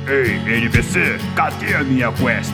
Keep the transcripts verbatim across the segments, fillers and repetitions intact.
Ei, N P C, cadê a minha quest?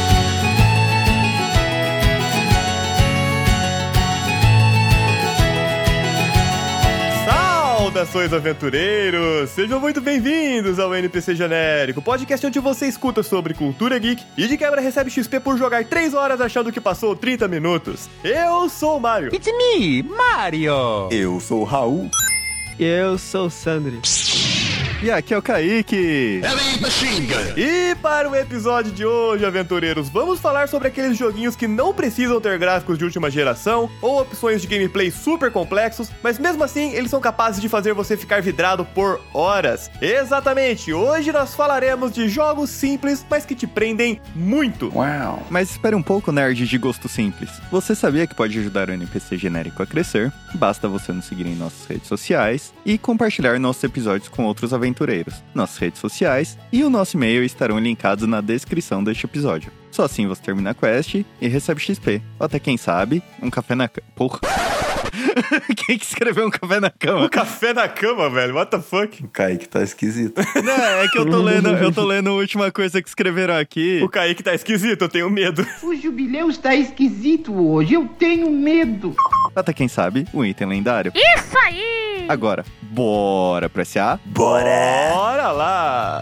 Saudações, aventureiros! Sejam muito bem-vindos ao N P C Genérico, podcast onde você escuta sobre cultura geek e de quebra recebe X P por jogar três horas achando que passou trinta minutos. Eu sou o Mario. It's me, Mario! Eu sou o Raul. Eu sou o Sandri. E aqui é o Kaique. E para o episódio de hoje, aventureiros, vamos falar sobre aqueles joguinhos que não precisam ter gráficos de última geração ou opções de gameplay super complexos, mas mesmo assim eles são capazes de fazer você ficar vidrado por horas. Exatamente, hoje nós falaremos de jogos simples, mas que te prendem muito. Uau! Mas espere um pouco, nerd de gosto simples. Você sabia que pode ajudar o N P C Genérico a crescer? Basta você nos seguir em nossas redes sociais e compartilhar nossos episódios com outros aventureiros. Nossas redes sociais e o nosso e-mail estarão linkados na descrição deste episódio. Só assim você termina a quest e recebe X P. Ou até quem sabe, um café na cama. Porra! Quem que escreveu um café na cama? Um café na cama, velho? What the fuck? O Kaique tá esquisito. Não, é que eu tô lendo, eu tô lendo a última coisa que escreveram aqui. O Kaique tá esquisito, eu tenho medo. O jubileu está esquisito hoje, eu tenho medo. Até quem sabe, um item lendário. Isso aí! Agora, bora pra S A? Bora! Bora lá!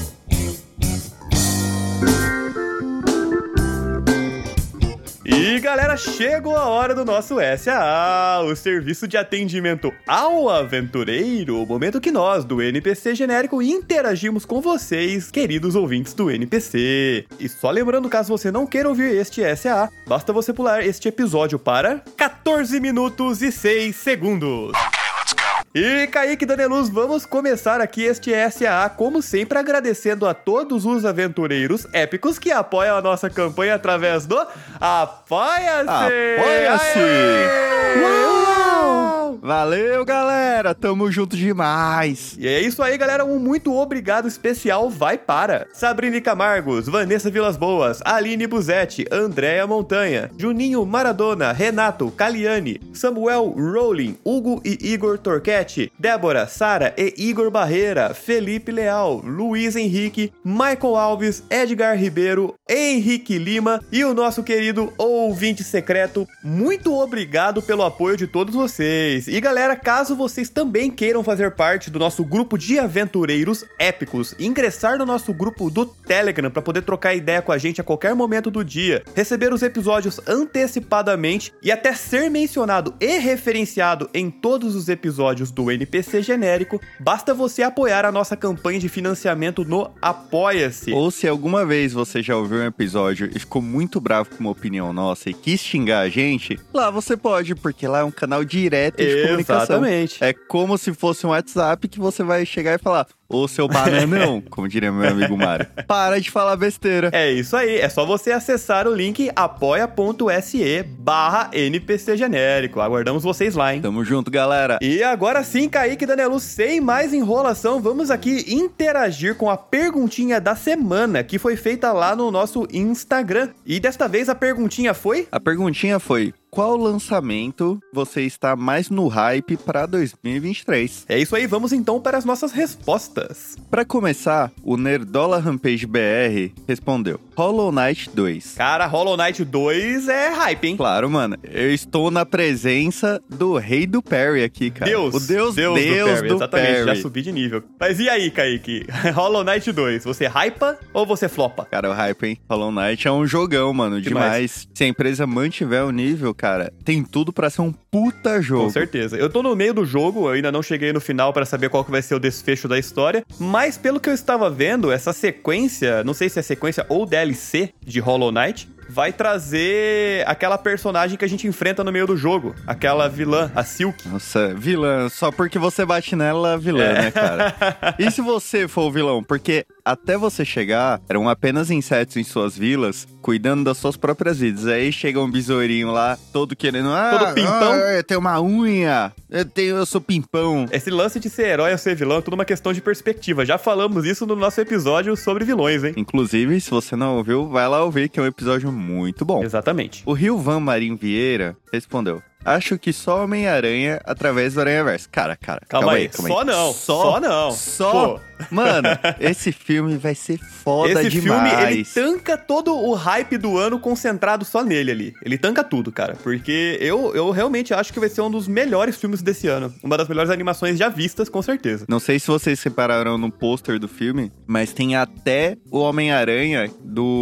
E galera, chegou a hora do nosso S A A, o serviço de atendimento ao aventureiro, o momento que nós, do N P C Genérico, interagimos com vocês, queridos ouvintes do N P C. E só lembrando, caso você não queira ouvir este S A A, basta você pular este episódio para quatorze minutos e seis segundos. E Kaique Daneluz, vamos começar aqui este S A A, como sempre, agradecendo a todos os aventureiros épicos que apoiam a nossa campanha através do Apoia-se! Apoia-se! Uau! Valeu, galera! Tamo junto demais! E é isso aí, galera. Um muito obrigado especial vai para Sabrina Camargos, Vanessa Vilas Boas, Aline Buzetti, Andréa Montanha, Juninho Maradona, Renato Caliani, Samuel Rowling, Hugo e Igor Torquetti, Débora, Sara e Igor Barreira, Felipe Leal, Luiz Henrique, Michael Alves, Edgar Ribeiro, Henrique Lima e o nosso querido ouvinte secreto. Muito obrigado pelo apoio de todos vocês. E galera, caso vocês também queiram fazer parte do nosso grupo de aventureiros épicos, ingressar no nosso grupo do Telegram para poder trocar ideia com a gente a qualquer momento do dia, receber os episódios antecipadamente e até ser mencionado e referenciado em todos os episódios do N P C Genérico, basta você apoiar a nossa campanha de financiamento no Apoia-se. Ou se alguma vez você já ouviu um episódio e ficou muito bravo com uma opinião nossa e quis xingar a gente, lá você pode, porque lá é um canal direto de comunicação. Exatamente. É como se fosse um WhatsApp que você vai chegar e falar: ô seu bananão, como diria meu amigo Mário, para de falar besteira. É isso aí, é só você acessar o link apoia.se barra NPC Genérico. Aguardamos vocês lá, hein? Tamo junto, galera. E agora sim, Kaique Daneluz, sem mais enrolação, vamos aqui interagir com a perguntinha da semana, que foi feita lá no nosso Instagram. E desta vez a perguntinha foi... A perguntinha foi: qual lançamento você está mais no hype para dois mil e vinte e três? É isso aí, vamos então para as nossas respostas. Para começar, o Nerdola Rampage B R respondeu: Hollow Knight dois. Cara, Hollow Knight dois é hype, hein? Claro, mano. Eu estou na presença do rei do parry aqui, cara. Deus. O Deus, Deus, Deus do parry. do Exatamente, parry. já subi de nível. Mas e aí, Kaique? Hollow Knight dois, você hypa ou você flopa? Cara, o hype, hein? Hollow Knight é um jogão, mano. Demais. Demais. Se a empresa mantiver o nível, cara, tem tudo pra ser um puta jogo. Com certeza. Eu tô no meio do jogo, eu ainda não cheguei no final pra saber qual que vai ser o desfecho da história, mas pelo que eu estava vendo, essa sequência, não sei se é sequência ou D L C de Hollow Knight, vai trazer aquela personagem que a gente enfrenta no meio do jogo, aquela vilã, a Silk. Nossa, vilã. Só porque você bate nela, vilã, É. né, cara? E se você for o vilão? Porque até você chegar, eram apenas insetos em suas vilas, cuidando das suas próprias vidas. Aí chega um besourinho lá, todo querendo... Ah, Todo pimpão. Ah, eu tenho uma unha. Eu, tenho, eu sou pimpão. Esse lance de ser herói ou ser vilão é tudo uma questão de perspectiva. Já falamos isso no nosso episódio sobre vilões, hein? Inclusive, se você não ouviu, vai lá ouvir, que é um episódio muito bom. Exatamente. O Rilvan Marim Vieira respondeu: acho que só Homem-Aranha através do Aranhaverso. Cara, cara, Calma, calma aí. aí, calma Só aí. não. Só, Só não. Só. Pô, Mano, esse filme vai ser foda Esse demais. filme, ele tanca todo o hype do ano concentrado só nele ali. Ele tanca tudo, cara. Porque eu, eu realmente acho que vai ser um dos melhores filmes desse ano. Uma das melhores animações já vistas, com certeza. Não sei se vocês separaram no pôster do filme, mas tem até o Homem-Aranha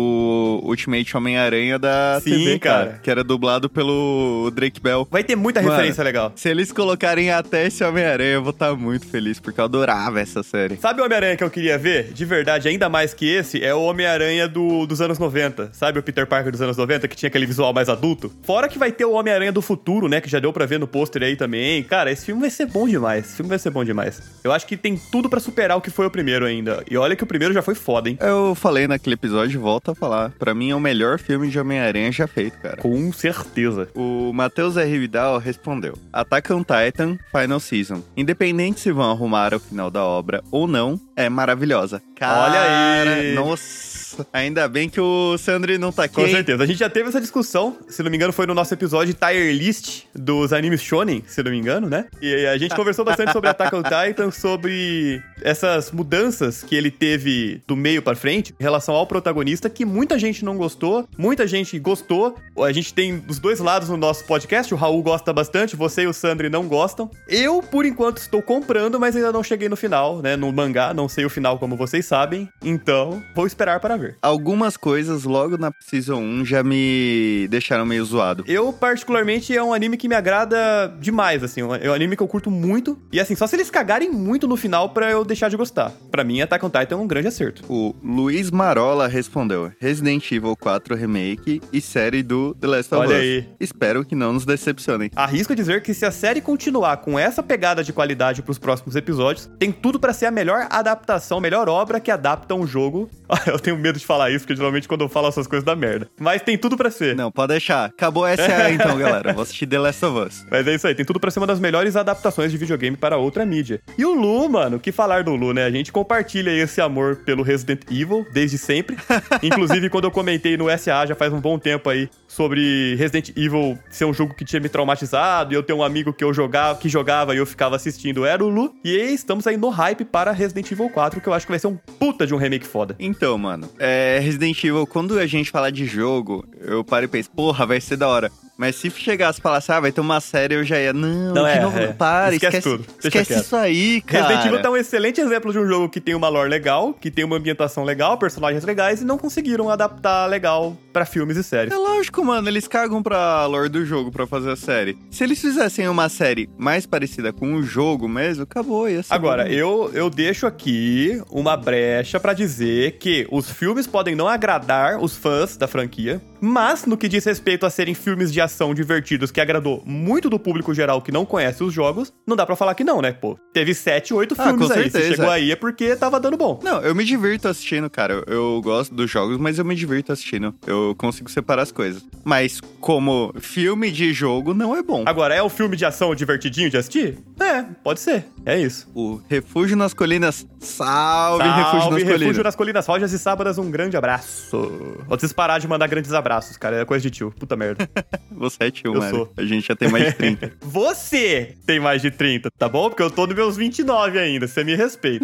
do Ultimate Homem-Aranha da Sim, T V, cara, cara. que era dublado pelo Drake Bell. Vai ter muita Mano, referência legal. Se eles colocarem até esse Homem-Aranha, eu vou estar muito feliz, porque eu adorava essa série. Sabe o Homem-Aranha que eu queria ver? De verdade, ainda mais que esse, é o Homem-Aranha do, dos anos noventa. Sabe o Peter Parker dos anos noventa, que tinha aquele visual mais adulto? Fora que vai ter o Homem-Aranha do futuro, né? Que já deu pra ver no pôster aí também. Cara, esse filme vai ser bom demais. Esse filme vai ser bom demais. Eu acho que tem tudo pra superar o que foi o primeiro ainda. E olha que o primeiro já foi foda, hein? Eu falei naquele episódio, volto a falar. Pra mim é o melhor filme de Homem-Aranha já feito, cara. Com certeza. O Matheus R. Vidal respondeu: Attack on Titan Final Season. Independente se vão arrumar o final da obra ou não, é maravilhosa. Cara, Olha aí. Nossa, ainda bem que o Sandri não tá aqui. Com hein? certeza. A gente já teve essa discussão, se não me engano, foi no nosso episódio Tier List dos animes shonen, se não me engano, né? E a gente conversou bastante sobre Attack on Titan, sobre essas mudanças que ele teve do meio pra frente em relação ao protagonista, que muita gente não gostou, muita gente gostou. A gente tem os dois lados no nosso podcast, o Raul gosta bastante, você e o Sandri não gostam. Eu, por enquanto, estou comprando, mas ainda não cheguei no final, né? No mangá, não sei o final como vocês sabem, então vou esperar para ver. Algumas coisas logo na Season um já me deixaram meio zoado. Eu, particularmente, é um anime que me agrada demais, assim. É um anime que eu curto muito. E, assim, só se eles cagarem muito no final pra eu deixar de gostar. Pra mim, Attack on Titan é um grande acerto. O Luiz Marola respondeu: Resident Evil quatro Remake e série do The Last of Us. Olha aí. Espero que não nos decepcionem. Arrisco dizer que se a série continuar com essa pegada de qualidade pros próximos episódios, tem tudo pra ser a melhor adaptação, melhor obra que adapta um jogo. Eu tenho medo de falar isso, porque geralmente quando eu falo essas coisas dá merda. Mas tem tudo pra ser. Não, pode deixar. Acabou a S A então, galera. Vou assistir The Last of Us. Mas é isso aí, tem tudo pra ser uma das melhores adaptações de videogame para outra mídia. E o Lu, mano, que falar do Lu, né? A gente compartilha esse amor pelo Resident Evil desde sempre. Inclusive, quando eu comentei no S A já faz um bom tempo aí sobre Resident Evil ser um jogo que tinha me traumatizado, e eu ter um amigo que eu jogava, que jogava e eu ficava assistindo, era o Lu. E estamos aí no hype para Resident Evil quatro, que eu acho que vai ser um puta de um remake foda. Então, mano, é, Resident Evil, quando a gente falar de jogo, eu paro e penso, porra, vai ser da hora. Mas se chegasse e falasse, ah, vai ter uma série, eu já ia, não, Não, de é, novo, é. para, Esquece esquece, tudo. Deixa esquece quieto. isso aí, cara. Resident Evil tá um excelente exemplo de um jogo que tem uma lore legal, que tem uma ambientação legal, personagens legais, e não conseguiram adaptar legal pra filmes e séries. É lógico, mano, eles cagam pra lore do jogo pra fazer a série. Se eles fizessem uma série mais parecida com o jogo mesmo, acabou, ia ser Agora, bom. eu, eu deixo aqui uma brecha pra dizer que os filmes podem não agradar os fãs da franquia, mas no que diz respeito a serem filmes de ação divertidos que agradou muito do público geral que não conhece os jogos, não dá pra falar que não, né, pô? Teve sete, oito Ah, filmes com aí. Se certeza. chegou aí é porque tava dando bom. Não, eu me divirto assistindo, cara. Eu, eu gosto dos jogos, mas eu me divirto assistindo. Eu consigo separar as coisas. Mas como filme de jogo, não é bom. Agora, é um filme de ação divertidinho de assistir? É, pode ser. É isso. O Refúgio nas Colinas. Salve, Salve, Refúgio nas Refúgio Colinas. nas Colinas Rojas e Sábadas, um grande abraço. Vou parar de mandar grandes abraços, cara. É coisa de tio. Puta merda. Você é tio, Eu mano. sou. A gente já tem mais de trinta. Você tem mais de trinta, tá bom? Porque eu tô nos meus vinte e nove ainda, você me respeita.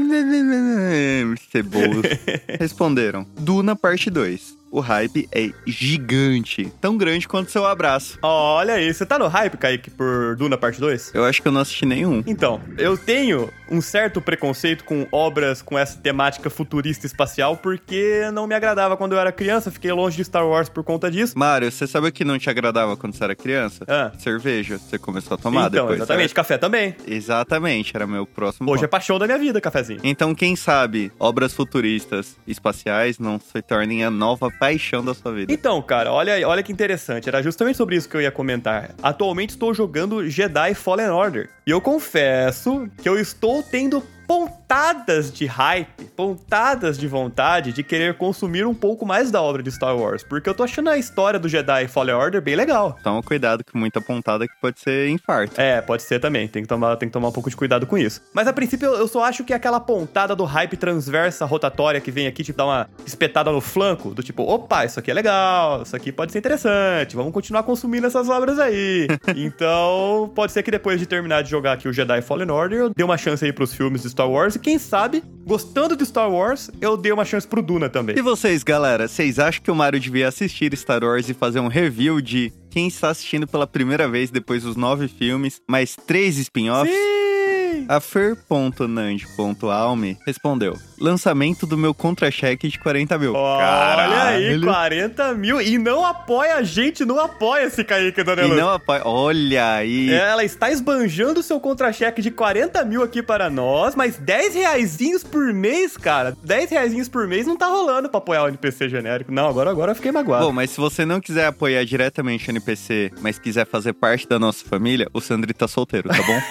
Cebolos. Responderam. Duna parte dois. O hype é gigante. Tão grande quanto seu abraço. Olha aí, você tá no hype, Kaique, por Duna Parte dois? Eu acho que eu não assisti nenhum. Então, eu tenho um certo preconceito com obras com essa temática futurista espacial, porque não me agradava quando eu era criança, fiquei longe de Star Wars por conta disso. Mário, você sabe o que não te agradava quando você era criança? Ah. Cerveja. Você começou a tomar então, depois. exatamente, certo? café também. Exatamente, era meu próximo Hoje é ponto. paixão da minha vida, cafezinho. Então, quem sabe, obras futuristas espaciais não se tornem a nova paixão da sua vida. Então, cara, olha, olha que interessante. Era justamente sobre isso que eu ia comentar. Atualmente estou jogando Jedi Fallen Order. E eu confesso que eu estou tendo pontadas de hype, pontadas de vontade de querer consumir um pouco mais da obra de Star Wars. Porque eu tô achando a história do Jedi Fallen Order bem legal. Toma cuidado com muita pontada que pode ser infarto. É, pode ser também. Tem que tomar, tem que tomar um pouco de cuidado com isso. Mas a princípio eu, eu só acho que aquela pontada do hype transversa rotatória que vem aqui, tipo, dar uma espetada no flanco, do tipo, opa, isso aqui é legal, isso aqui pode ser interessante, vamos continuar consumindo essas obras aí. Então, pode ser que depois de terminar de jogar aqui o Jedi Fallen Order, eu dê uma chance aí pros filmes de Star Wars. E quem sabe, gostando de Star Wars, eu dei uma chance pro Duna também. E vocês, galera, vocês acham que o Mário devia assistir Star Wars e fazer um review de quem está assistindo pela primeira vez depois dos nove filmes, mais três spin-offs? Sim! A fer ponto nand ponto alme respondeu: lançamento do meu contra-cheque de quarenta mil. Olha aí, quarenta mil. E não apoia a gente, não apoia esse Kaique, Dona E Luz. não apoia. Olha aí. Ela está esbanjando o seu contra-cheque de quarenta mil aqui para nós, mas dez reaisinhos por mês, cara. dez reaisinhos por mês não tá rolando pra apoiar o N P C genérico. Não, agora, agora eu fiquei magoado. Bom, mas se você não quiser apoiar diretamente o N P C, mas quiser fazer parte da nossa família, o Sandri tá solteiro, tá bom?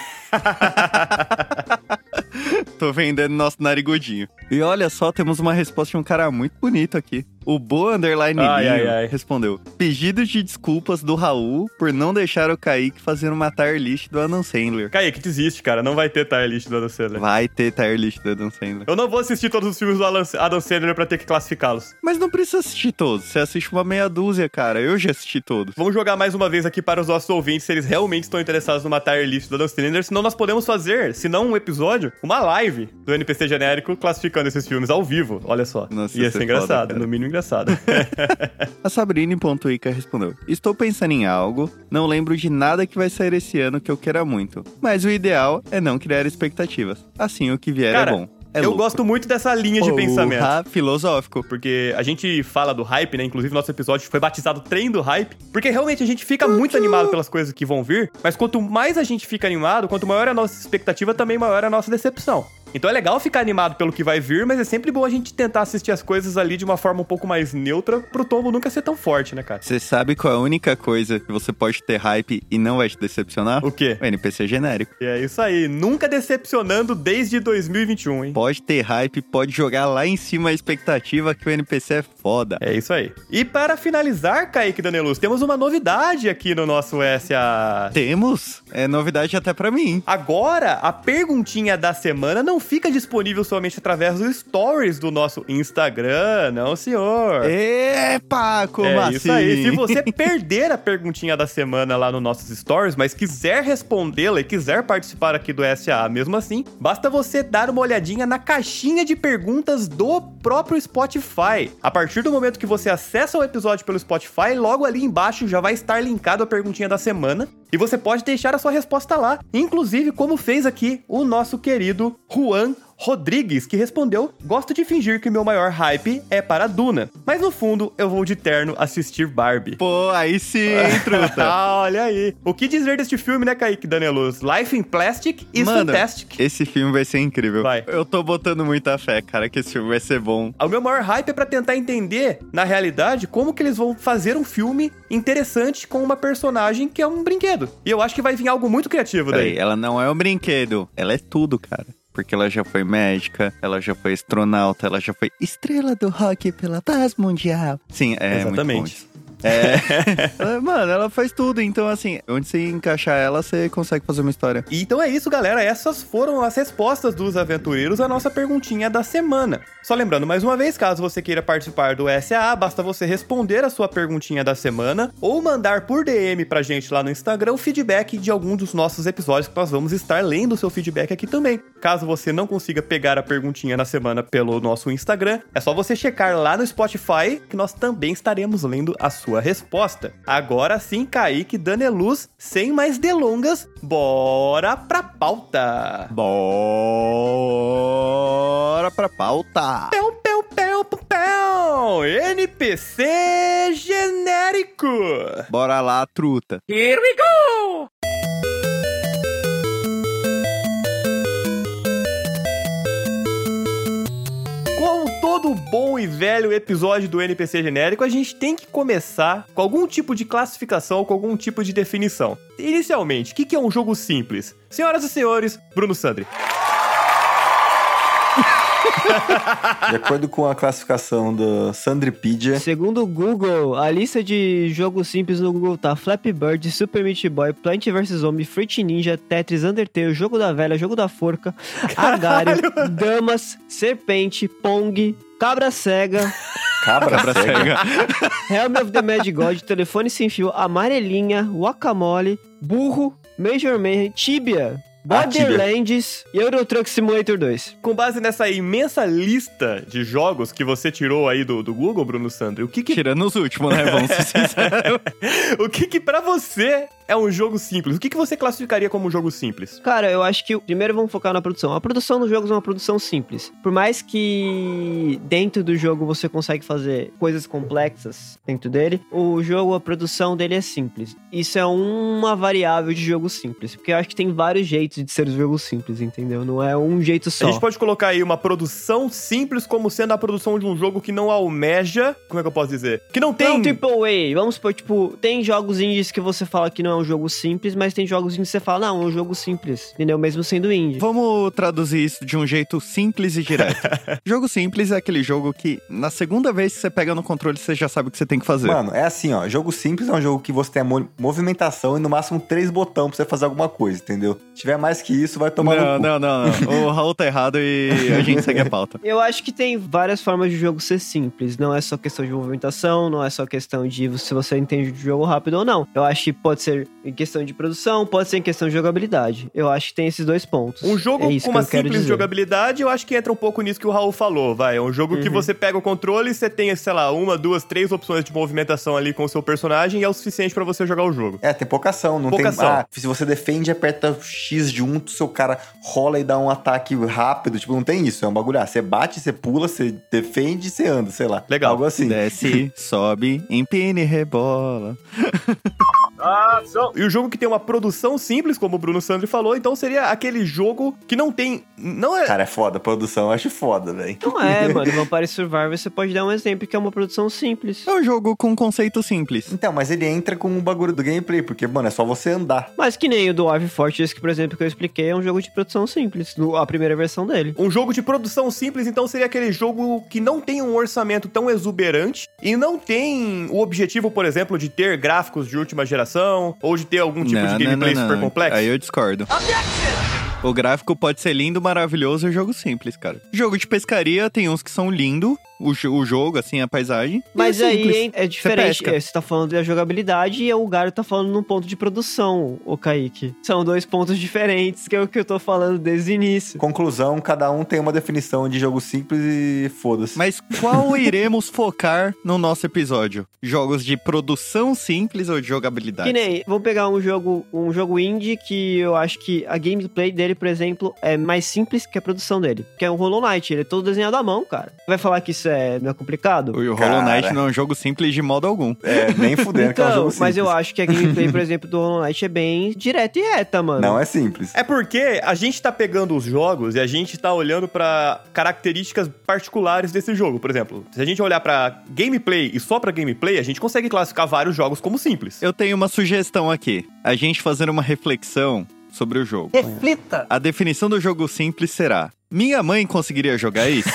Tô vendendo nosso narigudinho. E olha só, temos uma resposta de um cara muito bonito aqui. O Boa Underline Ai, Linho ai, ai. respondeu: pedido de desculpas do Raul por não deixar o Kaique fazer uma tier list do Adam Sandler. Kaique, desiste, cara. Não vai ter tier list do Adam Sandler. Vai ter tier list do Adam Sandler. Eu não vou assistir todos os filmes do Alan- Adam Sandler pra ter que classificá-los. Mas não precisa assistir todos. Você assiste uma meia dúzia, cara. Eu já assisti todos. Vamos jogar mais uma vez aqui para os nossos ouvintes se eles realmente estão interessados numa tier list do Adam Sandler. Senão nós podemos fazer, se não um episódio, uma live do N P C genérico classificando esses filmes ao vivo. Olha só. Nossa, Ia isso ser é engraçado, foda, cara. no mínimo engraçado. A Sabrine.ica respondeu: estou pensando em algo, não lembro de nada que vai sair esse ano que eu queira muito. Mas o ideal é não criar expectativas. Assim, o que vier Cara, é bom. É eu louco. gosto muito dessa linha de pensamento. Porra, filosófico. Porque a gente fala do hype, né? Inclusive, nosso episódio foi batizado Trem do Hype. Porque realmente a gente fica muito animado pelas coisas que vão vir. Mas quanto mais a gente fica animado, quanto maior é a nossa expectativa, também maior é a nossa decepção. Então é legal ficar animado pelo que vai vir, mas é sempre bom a gente tentar assistir as coisas ali de uma forma um pouco mais neutra, pro tombo nunca ser tão forte, né, cara? Você sabe qual é a única coisa que você pode ter hype e não vai te decepcionar? O quê? O N P C genérico. E é isso aí, nunca decepcionando desde dois mil e vinte e um, hein? Pode ter hype, pode jogar lá em cima a expectativa que o N P C é foda. É isso aí. E para finalizar, Kaique Daneluz, temos uma novidade aqui no nosso S A. Temos? É novidade até pra mim. Agora, a perguntinha da semana não fica disponível somente através dos stories do nosso Instagram, não, senhor. Epa, como é assim? isso aí. Se você perder a perguntinha da semana lá nos nossos stories, mas quiser respondê-la e quiser participar aqui do S A mesmo assim, basta você dar uma olhadinha na caixinha de perguntas do próprio Spotify. A partir do momento que você acessa o episódio pelo Spotify, logo ali embaixo já vai estar linkado a perguntinha da semana e você pode deixar a sua resposta lá. Inclusive, como fez aqui o nosso querido Juan Rodrigues, que respondeu: gosto de fingir que meu maior hype é para Duna, mas no fundo eu vou de terno assistir Barbie. Pô, aí sim, hein, truta. Olha aí. O que dizer deste filme, né, Kaique Daneluz? Life in Plastic is Mano, fantastic. esse filme vai ser incrível. Vai. Eu tô botando muita fé, cara, que esse filme vai ser bom. O meu maior hype é pra tentar entender, na realidade, como que eles vão fazer um filme interessante com uma personagem que é um brinquedo. E eu acho que vai vir algo muito criativo daí. Peraí, ela não é um brinquedo, ela é tudo, cara. Porque ela já foi médica, ela já foi astronauta, ela já foi estrela do rock pela paz mundial. Sim, é Exatamente. muito bom isso. É. Ela- Mano, ela faz tudo, então assim, onde você encaixar ela, você consegue fazer uma história. E então é isso, galera. Essas foram as respostas dos aventureiros à nossa perguntinha da semana. Só lembrando mais uma vez, caso você queira participar do S A A, basta você responder a sua perguntinha da semana ou mandar por D M pra gente lá no Instagram o feedback de algum dos nossos episódios que nós vamos estar lendo o seu feedback aqui também. Caso você não consiga pegar a perguntinha na semana pelo nosso Instagram, é só você checar lá no Spotify que nós também estaremos lendo a sua resposta. Agora sim, Kaique Daneluz, sem mais delongas, bora pra pauta! Bora pra pauta! Pel, pel, pel, pel, pel. N P C genérico! Bora lá, truta. Here we go! Como todo bom e velho episódio do N P C genérico, a gente tem que começar com algum tipo de classificação, com algum tipo de definição. Inicialmente, o que que é um jogo simples? Senhoras e senhores, Bruno Sandri. De acordo com a classificação do Sandripedia, Segundo o Google, a lista de jogos simples no Google tá Flappy Bird, Super Meat Boy, Plant versus. Zombie, Fruit Ninja, Tetris, Undertale, Jogo da Velha, Jogo da Forca, Agário, Damas, Serpente, Pong, Cabra Cega, cabra, Cabra cega. cega. Helm of the Mad God, Telefone Sem Fio, Amarelinha, Guacamole, Burro, Major Mayhem, Tibia, Borderlands e Euro Truck Simulator dois. Com base nessa imensa lista de jogos que você tirou aí do, do Google, Bruno Sandri, o que que... Tirando os últimos, né? Vamos ser sinceros. o que que pra você é um jogo simples? O que que você classificaria como um jogo simples? Cara, eu acho que primeiro vamos focar na produção. A produção dos jogos é uma produção simples. Por mais que dentro do jogo você consegue fazer coisas complexas dentro dele, o jogo, a produção dele é simples. Isso é uma variável de jogo simples, porque eu acho que tem vários jeitos de ser um jogo simples, entendeu? Não é um jeito só. A gente pode colocar aí uma produção simples como sendo a produção de um jogo que não almeja... Como é que eu posso dizer? Que não tem... Não, triple A. Vamos supor, tipo, tem jogos indies que você fala que não é um jogo simples, mas tem jogos indies que você fala, não, é um jogo simples, entendeu? Mesmo sendo indie. Vamos traduzir isso de um jeito simples e direto. Jogo simples é aquele jogo que, na segunda vez que você pega no controle, você já sabe o que você tem que fazer. Mano, é assim, ó. Jogo simples é um jogo que você tem a mo- movimentação e no máximo três botões pra você fazer alguma coisa, entendeu? Se tiver mais que isso, vai tomar não, no cu. não, não, não. O Raul tá errado e a gente segue a pauta. Eu acho que tem várias formas de jogo ser simples. Não é só questão de movimentação, não é só questão de se você entende de jogo rápido ou não. Eu acho que pode ser em questão de produção, pode ser em questão de jogabilidade. Eu acho que tem esses dois pontos. Um jogo é com uma simples jogabilidade, eu acho que entra um pouco nisso que o Raul falou, vai. É um jogo uhum. que você pega o controle e você tem, sei lá, uma, duas, três opções de movimentação ali com o seu personagem e é o suficiente pra você jogar o jogo. É, tem pouca ação, não pouca tem... ação. Ah, se você defende, aperta X de um, seu cara rola e dá um ataque rápido, tipo, não tem isso, é um bagulho. Ah, você bate, você pula, você defende, você anda, sei lá. Legal. Algo assim. Desce, sobe, empina e rebola. E o jogo que tem uma produção simples, como o Bruno Sandri falou, então seria aquele jogo que não tem... Não é... Cara, é foda, a produção eu acho foda, velho. Não é, mano, Vampire Survivor você pode dar um exemplo que é uma produção simples. É um jogo com conceito simples. Então, mas ele entra com o bagulho do gameplay, porque, mano, é só você andar. Mas que nem o Dwarf Fortress, que, por exemplo, que eu expliquei, é um jogo de produção simples, a primeira versão dele. Um jogo de produção simples, então, seria aquele jogo que não tem um orçamento tão exuberante e não tem o objetivo, por exemplo, de ter gráficos de última geração ou de ter algum tipo não, de gameplay não, não, super não. complexo. Aí eu discordo. O gráfico pode ser lindo, maravilhoso e o jogo simples, cara. Jogo de pescaria tem uns que são lindos, o, o jogo, assim, a paisagem. Mas é aí simples. é diferente. Você, você tá falando da jogabilidade e o Garo tá falando num ponto de produção, o Kaique. São dois pontos diferentes, que é o que eu tô falando desde o início. Conclusão, cada um tem uma definição de jogo simples e foda-se. Mas qual iremos focar no nosso episódio? Jogos de produção simples ou de jogabilidade? Que nem, vamos pegar um jogo, um jogo indie que eu acho que a gameplay dele, por exemplo, é mais simples que a produção dele. Que é o Hollow Knight, ele é todo desenhado à mão, cara. Vai falar que isso é, não é complicado? O Hollow Knight não é um jogo simples de modo algum. É, nem fudendo então, que é um jogo simples. Mas eu acho que a gameplay, por exemplo, do Hollow Knight é bem direta e reta, mano. Não é simples. É porque a gente tá pegando os jogos e a gente tá olhando pra características particulares desse jogo. Por exemplo, se a gente olhar pra gameplay e só pra gameplay, a gente consegue classificar vários jogos como simples. Eu tenho uma sugestão aqui. A gente fazer uma reflexão sobre o jogo. Reflita! A definição do jogo simples será: minha mãe conseguiria jogar isso?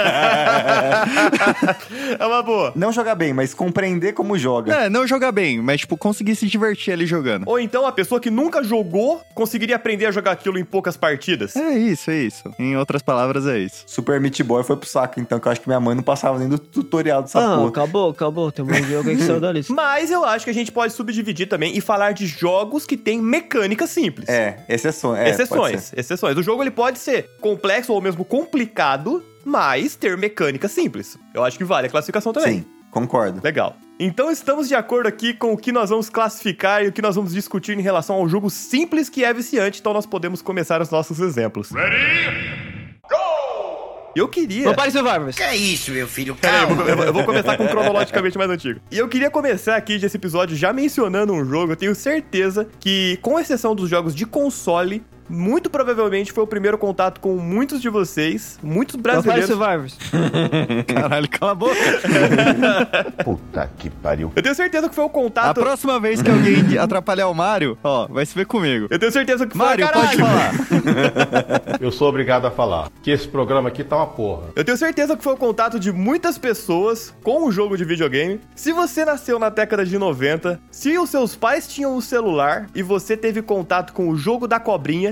É uma boa. Não jogar bem, mas compreender como joga. É, não jogar bem, mas, tipo, conseguir se divertir ali jogando. Ou então a pessoa que nunca jogou conseguiria aprender a jogar aquilo em poucas partidas. É isso, é isso. Em outras palavras, é isso. Super Meat Boy foi pro saco, então, que eu acho que minha mãe não passava nem do tutorial dessa Não, porra. acabou, acabou. Tem um jogo aí que saiu da lista. Mas eu acho que a gente pode subdividir também e falar de jogos que têm mecânica simples. É, exceções. É, exceções, exceções. O jogo ele pode ser complexo ou mesmo complicado, mas ter mecânica simples. Eu acho que vale a classificação também. Sim, concordo. Legal. Então estamos de acordo aqui com o que nós vamos classificar e o que nós vamos discutir em relação ao jogo simples que é viciante, então nós podemos começar os nossos exemplos. Ready? Eu queria... Vampire Survivors. Que é isso, meu filho? Peraí, eu Calma. vou, eu vou- eu vou começar com o cronologicamente mais antigo. E eu queria começar aqui desse episódio já mencionando um jogo. Eu tenho certeza que, com exceção dos jogos de console, muito provavelmente foi o primeiro contato com muitos de vocês, muitos Vampire brasileiros. Survivors. Caralho, cala a boca. Puta que pariu. Eu tenho certeza que foi o A contato... próxima vez que alguém atrapalhar o Mario, ó, vai se ver comigo. Eu tenho certeza que foi... Mario, Caralho! pode falar. Eu sou obrigado a falar que esse programa aqui tá uma porra. Eu tenho certeza que foi o contato de muitas pessoas com o jogo de videogame. Se você nasceu na década de noventa, se os seus pais tinham um celular e você teve contato com o jogo da cobrinha,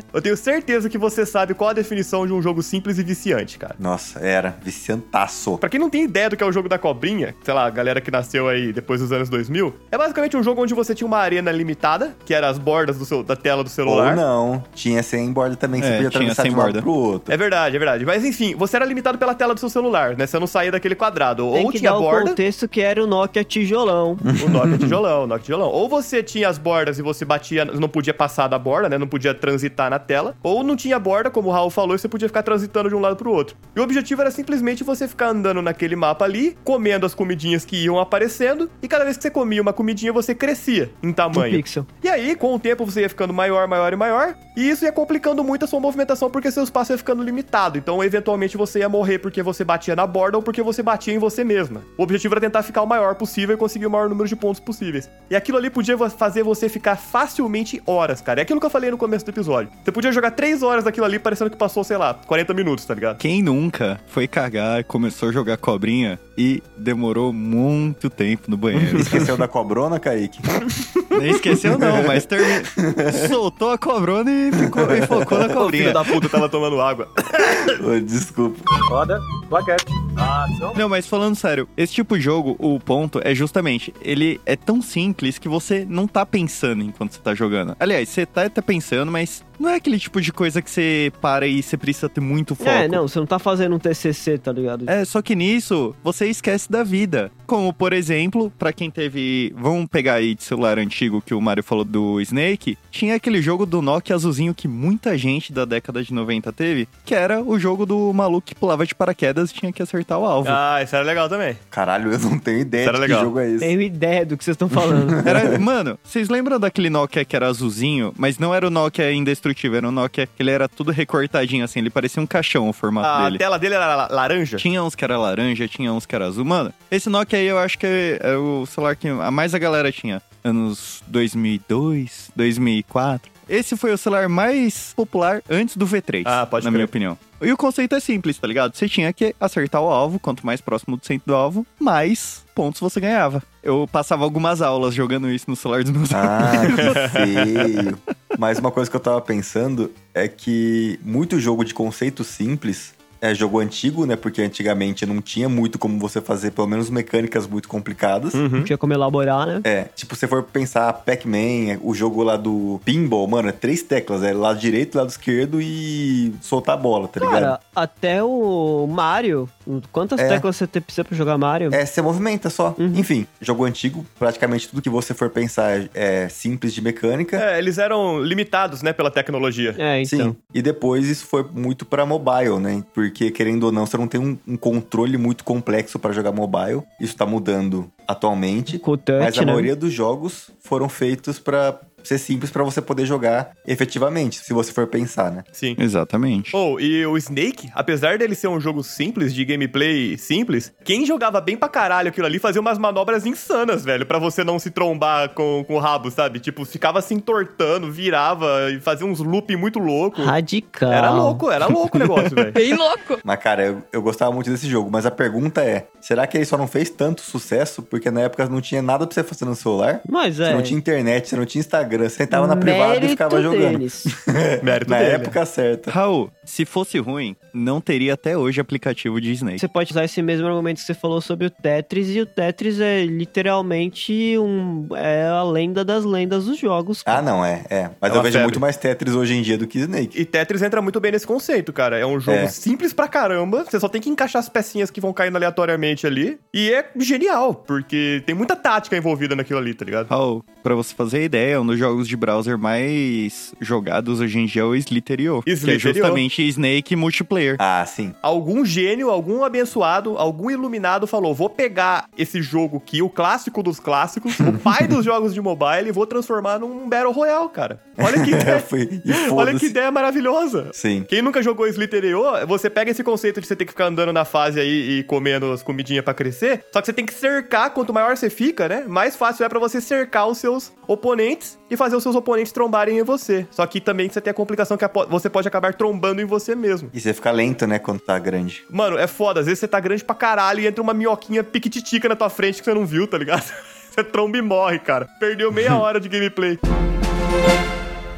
Eu tenho certeza que você sabe qual a definição de um jogo simples e viciante, cara. Nossa, era viciantaço. Pra quem não tem ideia do que é o jogo da cobrinha, sei lá, a galera que nasceu aí depois dos anos dois mil, é basicamente um jogo onde você tinha uma arena limitada, que era as bordas do seu, da tela do celular. Ou não, tinha sem borda também, você É, podia tinha atravessar sem de um lado borda. pro outro. É verdade, é verdade. Mas enfim, você era limitado pela tela do seu celular, né? Você não saía daquele quadrado. Tem Ou que tinha dar o borda... contexto que era o Nokia tijolão. O Nokia tijolão, o Nokia tijolão. Ou você tinha as bordas e você batia, não podia passar da borda, né? Não podia transitar na tela. Ou não tinha borda, como o Raul falou, e você podia ficar transitando de um lado pro outro. E o objetivo era simplesmente você ficar andando naquele mapa ali, comendo as comidinhas que iam aparecendo, e cada vez que você comia uma comidinha, você crescia em Um tamanho. pixel. E aí, com o tempo, você ia ficando maior, maior e maior, e isso ia complicando muito a sua movimentação, porque seu espaço ia ficando limitado. Então, eventualmente, você ia morrer porque você batia na borda ou porque você batia em você mesma. O objetivo era tentar ficar o maior possível e conseguir o maior número de pontos possíveis. E aquilo ali podia fazer você ficar facilmente horas, cara. É aquilo que eu falei no começo do episódio. Você podia jogar três horas daquilo ali, parecendo que passou, sei lá, quarenta minutos, tá ligado? Quem nunca foi cagar, começou a jogar cobrinha e demorou muito tempo no banheiro? Esqueceu da cobrona, Kaique? Nem esqueceu não, mas termi... soltou a cobrona e, ficou, e focou na O filho cobrinha. da puta tava tomando água. Ô, desculpa. Roda, plaquete. Ação. Não, mas falando sério, esse tipo de jogo, o ponto é justamente, ele é tão simples que você não tá pensando enquanto você tá jogando. Aliás, você tá até pensando, mas não é aquele tipo de coisa que você para e você precisa ter muito foco. É, não, você não tá fazendo um T C C, tá ligado? É, só que nisso, você esquece da vida. Como, por exemplo, pra quem teve... Vamos pegar aí de celular antigo que o Mario falou do Snake. Tinha aquele jogo do Nokia azulzinho que muita gente da década de noventa teve, que era o jogo do maluco que pulava de paraquedas e tinha que acertar o alvo. Ah, isso era legal também. Caralho, eu não tenho ideia Isso de era que legal. jogo é esse. Tenho ideia do que vocês estão falando. Era, mano, vocês lembram daquele Nokia que era azulzinho, mas não era o Nokia indestrutível, era o Nokia que ele era tudo recortadinho assim, ele parecia um caixão o formato A dele. tela dele era la- laranja? Tinha uns que era laranja, tinha uns que era azul. Mano, esse Nokia aí eu acho que é, é o celular que a mais a galera tinha. Anos dois mil e dois, dois mil e quatro. Esse foi o celular mais popular antes do V três, Ah, pode na crer. minha opinião. E o conceito é simples, tá ligado? Você tinha que acertar o alvo, quanto mais próximo do centro do alvo, mais pontos você ganhava. Eu passava algumas aulas jogando isso no celular dos meus Ah, que feio. Mas uma coisa que eu tava pensando é que muito jogo de conceito simples é jogo antigo, né? Porque antigamente não tinha muito como você fazer, pelo menos mecânicas muito complicadas. Não tinha como elaborar, né? É, tipo, se você for pensar Pac-Man, o jogo lá do pinball, mano, é três teclas, é lado direito, lado esquerdo e soltar a bola, tá ligado? Cara, até o Mario, quantas É. teclas você precisa pra jogar Mario? É, você movimenta só. Uhum. Enfim, jogo antigo, praticamente tudo que você for pensar é simples de mecânica. É, eles eram limitados, né, pela tecnologia. É, então. Sim, e depois isso foi muito pra mobile, né? Porque, querendo ou não, você não tem um, um controle muito complexo pra jogar mobile. Isso tá mudando atualmente. Com o touch, Mas a né? maioria dos jogos foram feitos pra ser simples pra você poder jogar efetivamente, se você for pensar, né? Sim. Exatamente. Oh, e o Snake, apesar dele ser um jogo simples, de gameplay simples, quem jogava bem pra caralho aquilo ali fazia umas manobras insanas, velho, pra você não se trombar com, com o rabo, sabe? Tipo, ficava se entortando, virava e fazia uns looping muito louco. Radical. Era louco, era louco o negócio, velho. Bem louco. Mas, cara, eu, eu gostava muito desse jogo. Mas a pergunta é, será que ele só não fez tanto sucesso porque na época não tinha nada pra você fazer no celular? Mas Você é. não tinha internet, você não tinha Instagram, você entrava na privada e Mérito ficava jogando. deles. Mérito Na dele. época certa. Raul, se fosse ruim, não teria até hoje aplicativo de Snake. Você pode usar esse mesmo argumento que você falou sobre o Tetris, e o Tetris é literalmente um, é a lenda das lendas dos jogos. Ah, não, é, é. Mas É eu uma vejo febre. muito mais Tetris hoje em dia do que Snake. E Tetris entra muito bem nesse conceito, cara. É um jogo É. simples pra caramba. Você só tem que encaixar as pecinhas que vão caindo aleatoriamente ali. E é genial, porque tem muita tática envolvida naquilo ali, tá ligado? Raul, pra você fazer ideia, um dos jogos de browser mais jogados hoje em dia é o Slither.io, que é Slither.io. justamente Snake multiplayer. Ah, sim. Algum gênio, algum abençoado, algum iluminado falou: vou pegar esse jogo aqui, o clássico dos clássicos, o pai dos jogos de mobile, e vou transformar num Battle Royale, cara. Olha que ideia, Foi- e olha foda-se. que ideia maravilhosa. Sim. Quem nunca jogou Slither.io, você pega esse conceito de você ter que ficar andando na fase aí e comendo as comidinhas pra crescer, só que você tem que cercar, quanto maior você fica, né, mais fácil é pra você cercar os seus oponentes e fazer os seus oponentes trombarem em você. Só que também você tem a complicação que a po- você pode acabar trombando em você mesmo. E você fica lento, né, quando tá grande. Mano, é foda. Às vezes você tá grande pra caralho e entra uma minhoquinha piquititica na tua frente que você não viu, tá ligado? Você tromba e morre, cara. Perdeu meia hora de gameplay.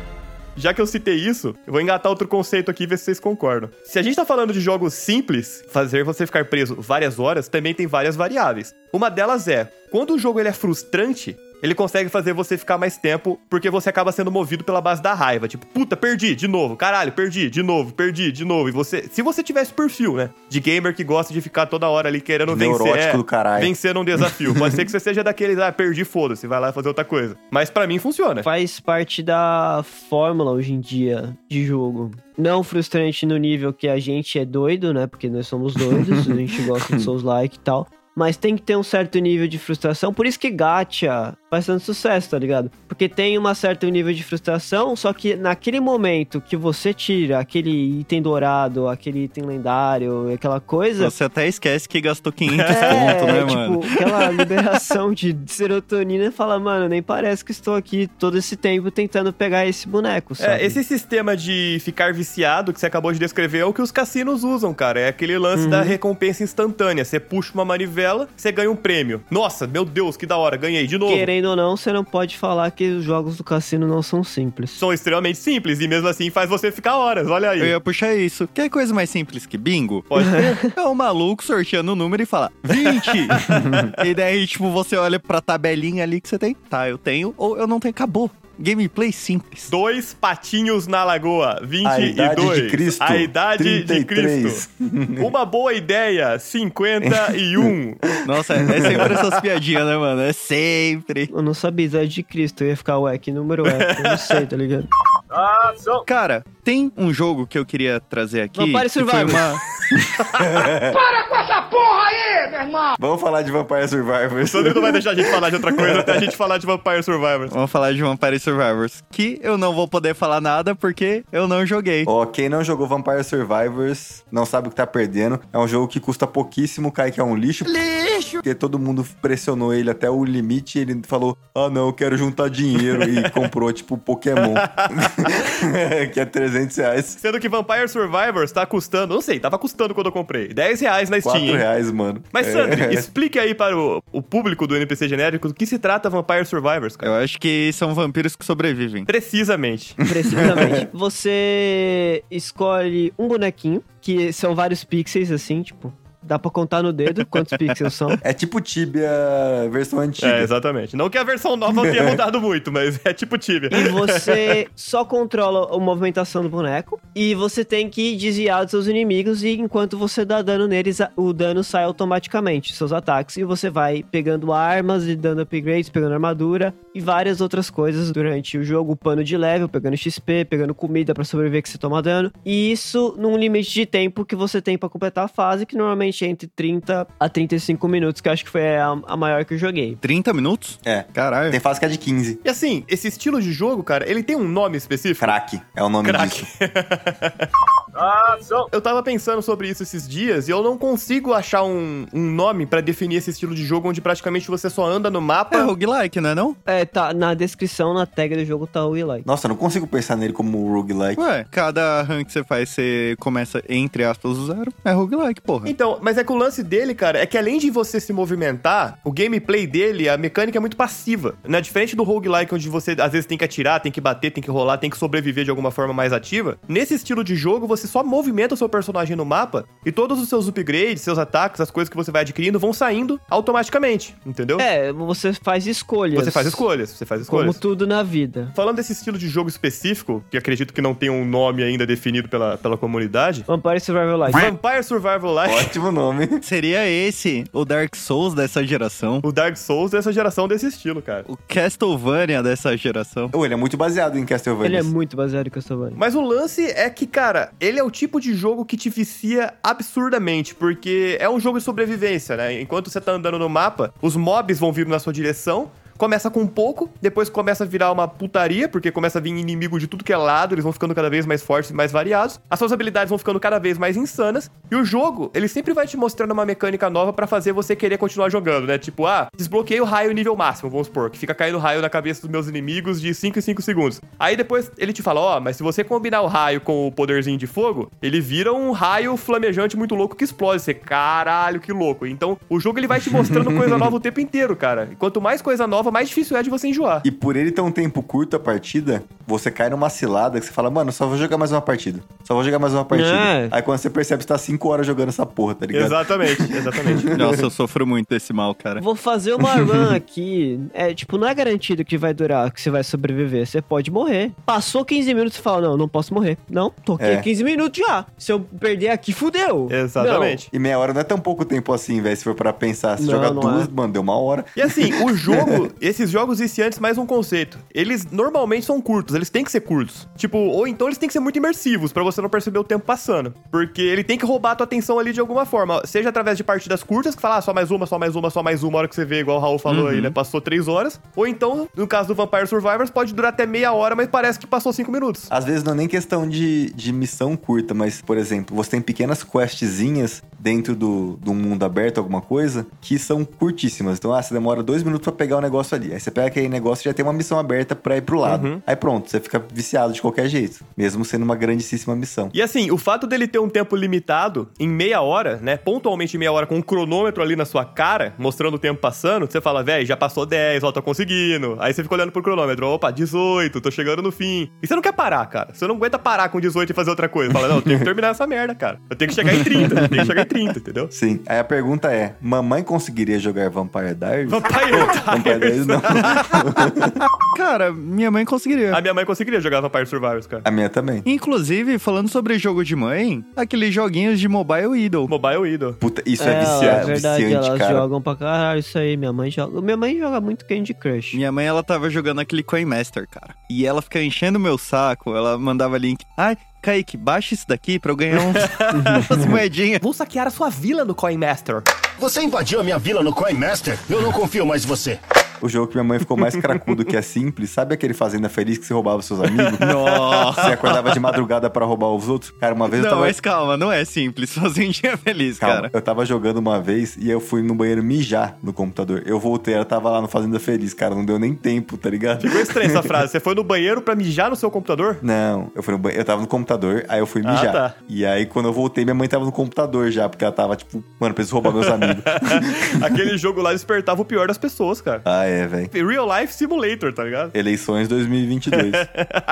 já que eu citei isso, eu vou engatar outro conceito aqui e ver se vocês concordam. Se a gente tá falando de jogos simples, fazer você ficar preso várias horas, também tem várias variáveis. Uma delas é, quando o jogo ele é frustrante, ele consegue fazer você ficar mais tempo, porque você acaba sendo movido pela base da raiva. Tipo, puta, perdi, de novo, caralho, perdi, de novo, perdi, de novo. E você, se você tivesse perfil, né, de gamer que gosta de ficar toda hora ali querendo Neurótico vencer, é, do caralho. vencer num desafio. Pode ser que você seja daqueles, ah, perdi, foda-se, vai lá fazer outra coisa. Mas pra mim funciona. Faz parte da fórmula hoje em dia de jogo. Não frustrante no nível que a gente é doido, né, porque nós somos doidos, a gente gosta de Souls-like e tal. Mas tem que ter um certo nível de frustração. Por isso que gacha faz tanto sucesso, tá ligado? Porque tem um certo nível de frustração, só que naquele momento que você tira aquele item dourado, aquele item lendário, aquela coisa... Você até esquece que gastou quinhentos é, pontos, né, tipo, mano? aquela liberação de serotonina e fala, mano, nem parece que estou aqui todo esse tempo tentando pegar esse boneco, sabe? É, esse sistema de ficar viciado que você acabou de descrever é o que os cassinos usam, cara. É aquele lance Uhum. da recompensa instantânea. Você puxa uma manivela, você ganha um prêmio. Nossa, meu Deus, que da hora, ganhei de novo. Querendo ou não, você não pode falar que os jogos do cassino não são simples. São extremamente simples e mesmo assim faz você ficar horas, olha aí. Eu ia puxar isso. Quer coisa mais simples que bingo? Pode ter. É o maluco sorteando o número e fala vinte! E daí, tipo, você olha pra tabelinha ali que você tem. Tá, eu tenho ou eu não tenho. Acabou. Gameplay simples. Dois patinhos na lagoa, vinte A idade e dois. de Cristo, A idade trinta e de três. Cristo. Uma boa ideia, cinquenta e um. Nossa, é sempre essas piadinhas, né, mano? É sempre. Eu não sabia a idade de Cristo, eu ia ficar, ué, que número é? Eu não sei, tá ligado? Ação! Cara, tem um jogo que eu queria trazer aqui. Vampire que foi Survivor. uma... Para com essa porra aí, meu irmão! Vamos falar de Vampire Survivors. O Sandro não vai deixar a gente falar de outra coisa até a gente falar de Vampire Survivors. Vamos falar de Vampire Survivors. Que eu não vou poder falar nada porque eu não joguei. Ó, quem não jogou Vampire Survivors não sabe o que tá perdendo. É um jogo que custa pouquíssimo, cai que é um lixo. Lixo! Porque todo mundo pressionou ele até o limite e ele falou, ah não, eu quero juntar dinheiro e comprou, tipo, Pokémon. Que é trezentos reais. Sendo que Vampire Survivors tá custando, não sei, tava custando quando eu comprei, dez reais na Steam. quatro hein? reais, mano. Mas, É. Sandro, explique aí para o, o público do N P C genérico do que se trata Vampire Survivors, cara. Eu acho que são vampiros que sobrevivem. Precisamente. Precisamente. Você escolhe um bonequinho, que são vários pixels, assim, tipo... Dá pra contar no dedo quantos pixels são. É tipo Tibia versão antiga. É, exatamente. Não que a versão nova tenha mudado muito, mas é tipo Tibia. E você só controla a movimentação do boneco. E você tem que desviar dos seus inimigos. E enquanto você dá dano neles, a- o dano sai automaticamente, seus ataques. E você vai pegando armas e dando upgrades, pegando armadura. E várias outras coisas durante o jogo. Upando de level, pegando X P, pegando comida pra sobreviver que você toma dano. E isso num limite de tempo que você tem pra completar a fase. Que normalmente é entre trinta a trinta e cinco minutos. Que eu acho que foi a, a maior que eu joguei. trinta minutos? É. Caralho. Tem fase que é de quinze. E assim, esse estilo de jogo, cara, ele tem um nome específico? Crack é o nome Crack. disso. Ação! Eu tava pensando sobre isso esses dias e eu não consigo achar um, um nome pra definir esse estilo de jogo onde praticamente você só anda no mapa. É roguelike, não é não? É, tá na descrição, na tag do jogo tá o like. Nossa, eu não consigo pensar nele como roguelike. Ué, cada rank que você faz, você começa entre aspas do zero. É roguelike, porra. Então, mas é que o lance dele, cara, é que além de você se movimentar, o gameplay dele, a mecânica é muito passiva, né? Diferente do roguelike, onde você às vezes tem que atirar, tem que bater, tem que rolar, tem que sobreviver de alguma forma mais ativa. Nesse estilo de jogo, você só movimenta o seu personagem no mapa e todos os seus upgrades, seus ataques, as coisas que você vai adquirindo vão saindo automaticamente, entendeu? É, você faz escolhas. Você faz escolhas, você faz escolhas. Como tudo na vida. Falando desse estilo de jogo específico, que acredito que não tem um nome ainda definido pela, pela comunidade, Vampire Survival Life. Vampire Survival Life, Ótimo nome. Seria esse o Dark Souls dessa geração. o Dark Souls dessa geração desse estilo, cara. O Castlevania dessa geração. Oh, ele é muito baseado em Castlevania. Ele é muito baseado em Castlevania. Mas o lance é que, cara, ele é o tipo de jogo que te vicia absurdamente, porque é um jogo de sobrevivência, né? Enquanto você tá andando no mapa, os mobs vão vir na sua direção. Começa com pouco, depois começa a virar uma putaria, porque começa a vir inimigo de tudo que é lado, eles vão ficando cada vez mais fortes e mais variados. As suas habilidades vão ficando cada vez mais insanas. E o jogo, ele sempre vai te mostrando uma mecânica nova pra fazer você querer continuar jogando, né? Tipo, ah, desbloqueei o raio nível máximo, vamos supor, que fica caindo raio na cabeça dos meus inimigos de cinco em cinco segundos. Aí depois ele te fala, ó, oh, mas se você combinar o raio com o poderzinho de fogo, ele vira um raio flamejante muito louco que explode. Você, caralho, que louco. Então, o jogo ele vai te mostrando coisa nova o tempo inteiro, cara. E quanto mais coisa nova prova, mais difícil é de você enjoar. E por ele ter um tempo curto a partida, você cai numa cilada que você fala, mano, só vou jogar mais uma partida. Só vou jogar mais uma partida. É. Aí quando você percebe, você tá cinco horas jogando essa porra, tá ligado? Exatamente, exatamente. Nossa, eu sofro muito desse mal, cara. Vou fazer uma run aqui. É, tipo, não é garantido que vai durar, que você vai sobreviver. Você pode morrer. Passou quinze minutos e fala, não, não posso morrer. Não, tô aqui É. quinze minutos já. Se eu perder aqui, fudeu. Exatamente. E meia hora não é tão pouco tempo assim, velho, se for pra pensar. Se Não, jogar não duas, é. mano, deu uma hora. E assim, o jogo, esses jogos viciantes, mais um conceito. Eles normalmente são curtos, eles têm que ser curtos. Tipo, ou então eles têm que ser muito imersivos, pra você não perceber o tempo passando. Porque ele tem que roubar a tua atenção ali de alguma forma. Seja através de partidas curtas, que fala, ah, só mais uma, só mais uma, só mais uma, hora que você vê, igual o Raul falou aí, né? Passou três horas. Ou então, no caso do Vampire Survivors, pode durar até meia hora, mas parece que passou cinco minutos. Às vezes não é nem questão de, de missão curta, mas, por exemplo, você tem pequenas questzinhas dentro do, do mundo aberto, alguma coisa, que são curtíssimas. Então, ah, você demora dois minutos pra pegar o negócio ali. Aí você pega aquele negócio e já tem uma missão aberta pra ir pro lado. Uhum. Aí pronto, você fica viciado de qualquer jeito, mesmo sendo uma grandíssima missão. E assim, o fato dele ter um tempo limitado, em meia hora, né? Pontualmente em meia hora, com um cronômetro ali na sua cara, mostrando o tempo passando, você fala, velho, já passou dez, ó, tô conseguindo. Aí você fica olhando pro cronômetro, opa, dezoito, tô chegando no fim. E você não quer parar, cara. Você não aguenta parar com dezoito e fazer outra coisa. Fala, não, eu tenho que terminar essa merda, cara. Eu tenho que chegar em trinta, eu tenho que chegar em trinta, entendeu? Sim. Aí a pergunta é, mamãe conseguiria jogar Vampire Diaries? Vampire Vampire Diaries não. Cara, minha mãe conseguiria. A minha mãe conseguiria jogar Vampire Survivors, cara. A minha também. Inclusive, falando sobre jogo de mãe, aqueles joguinhos de Mobile Idol. Mobile Idol. Puta, isso é, É, viciante, é verdade, viciante, elas cara. jogam pra caralho isso aí. Minha mãe joga. Minha mãe joga muito Candy Crush. Minha mãe, ela tava jogando aquele Coin Master, cara. E ela fica enchendo o meu saco, ela mandava link. Ai, Kaique, baixa isso daqui pra eu ganhar uns, umas moedinhas. Vou saquear a sua vila no Coin Master. Você invadiu a minha vila no Coin Master? Eu não confio mais em você. O jogo que minha mãe ficou mais cracudo que é simples. Sabe aquele Fazenda Feliz que você roubava os seus amigos? Nossa. Você acordava de madrugada pra roubar os outros? Cara, uma vez Não, eu tava... mas calma, não é simples. Fazendinha feliz, Calma, cara. eu tava jogando uma vez e eu fui no banheiro mijar no computador. Eu voltei, ela tava lá no Fazenda Feliz, cara. Não deu nem tempo, tá ligado? Ficou estranha essa frase. Você foi no banheiro pra mijar no seu computador? Não, eu fui no banheiro, eu tava no computador, aí eu fui mijar. Ah, tá. E aí, quando eu voltei, minha mãe tava no computador já, porque ela tava tipo, mano, preciso roubar meus amigos. Aquele jogo lá despertava o pior das pessoas, cara. Ah, é, velho. Real Life Simulator, tá ligado? Eleições dois mil e vinte e dois.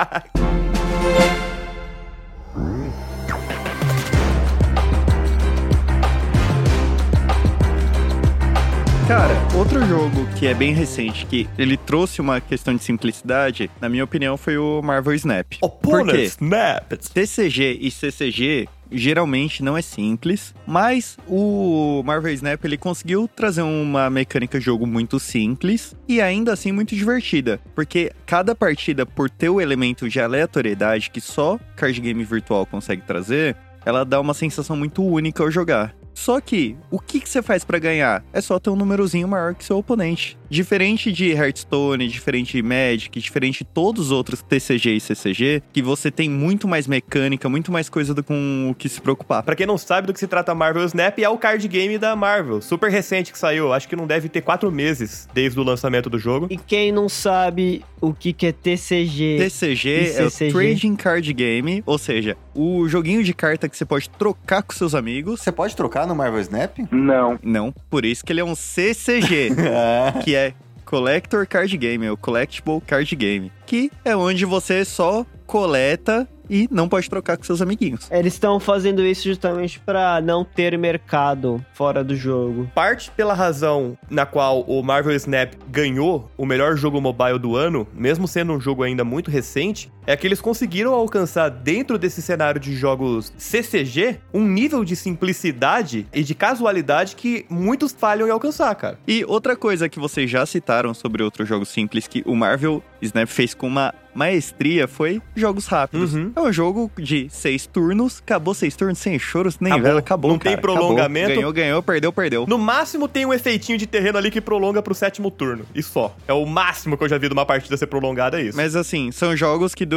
Cara, outro jogo que é bem recente, que ele trouxe uma questão de simplicidade, na minha opinião, foi o Marvel Snap. Por quê? Snap. T C G e C C G geralmente não é simples, mas o Marvel Snap ele conseguiu trazer uma mecânica de jogo muito simples e ainda assim muito divertida, porque cada partida, por ter o elemento de aleatoriedade que só card game virtual consegue trazer, ela dá uma sensação muito única ao jogar. Só que, o que, que você faz pra ganhar? É só ter um númerozinho maior que seu oponente. Diferente de Hearthstone, diferente de Magic, diferente de todos os outros T C G e C C G, que você tem muito mais mecânica, muito mais coisa do com o que se preocupar. Pra quem não sabe do que se trata Marvel Snap, é o card game da Marvel. Super recente que saiu. Acho que não deve ter quatro meses desde o lançamento do jogo. E quem não sabe o que, que é T C G... T C G é o Trading Card Game, ou seja, o joguinho de carta que você pode trocar com seus amigos. Você pode trocar no Marvel Snap? Não. Não, por isso que ele é um C C G, que é Collector Card Game, é o Collectible Card Game, que é onde você só coleta e não pode trocar com seus amiguinhos. Eles estão fazendo isso justamente pra não ter mercado fora do jogo. Parte pela razão na qual o Marvel Snap ganhou o melhor jogo mobile do ano, mesmo sendo um jogo ainda muito recente, é que eles conseguiram alcançar dentro desse cenário de jogos C C G um nível de simplicidade e de casualidade que muitos falham em alcançar, cara. E outra coisa que vocês já citaram sobre outros jogos simples que o Marvel Snap fez com uma maestria foi jogos rápidos. Uhum. É um jogo de seis turnos, acabou seis turnos sem choros, nem Acabou. velho, acabou, Não tem cara, prolongamento. Acabou. Ganhou, ganhou, perdeu, perdeu. No máximo tem um efeitinho de terreno ali que prolonga pro sétimo turno. E só. É o máximo que eu já vi de uma partida ser prolongada, é isso. Mas assim, são jogos que do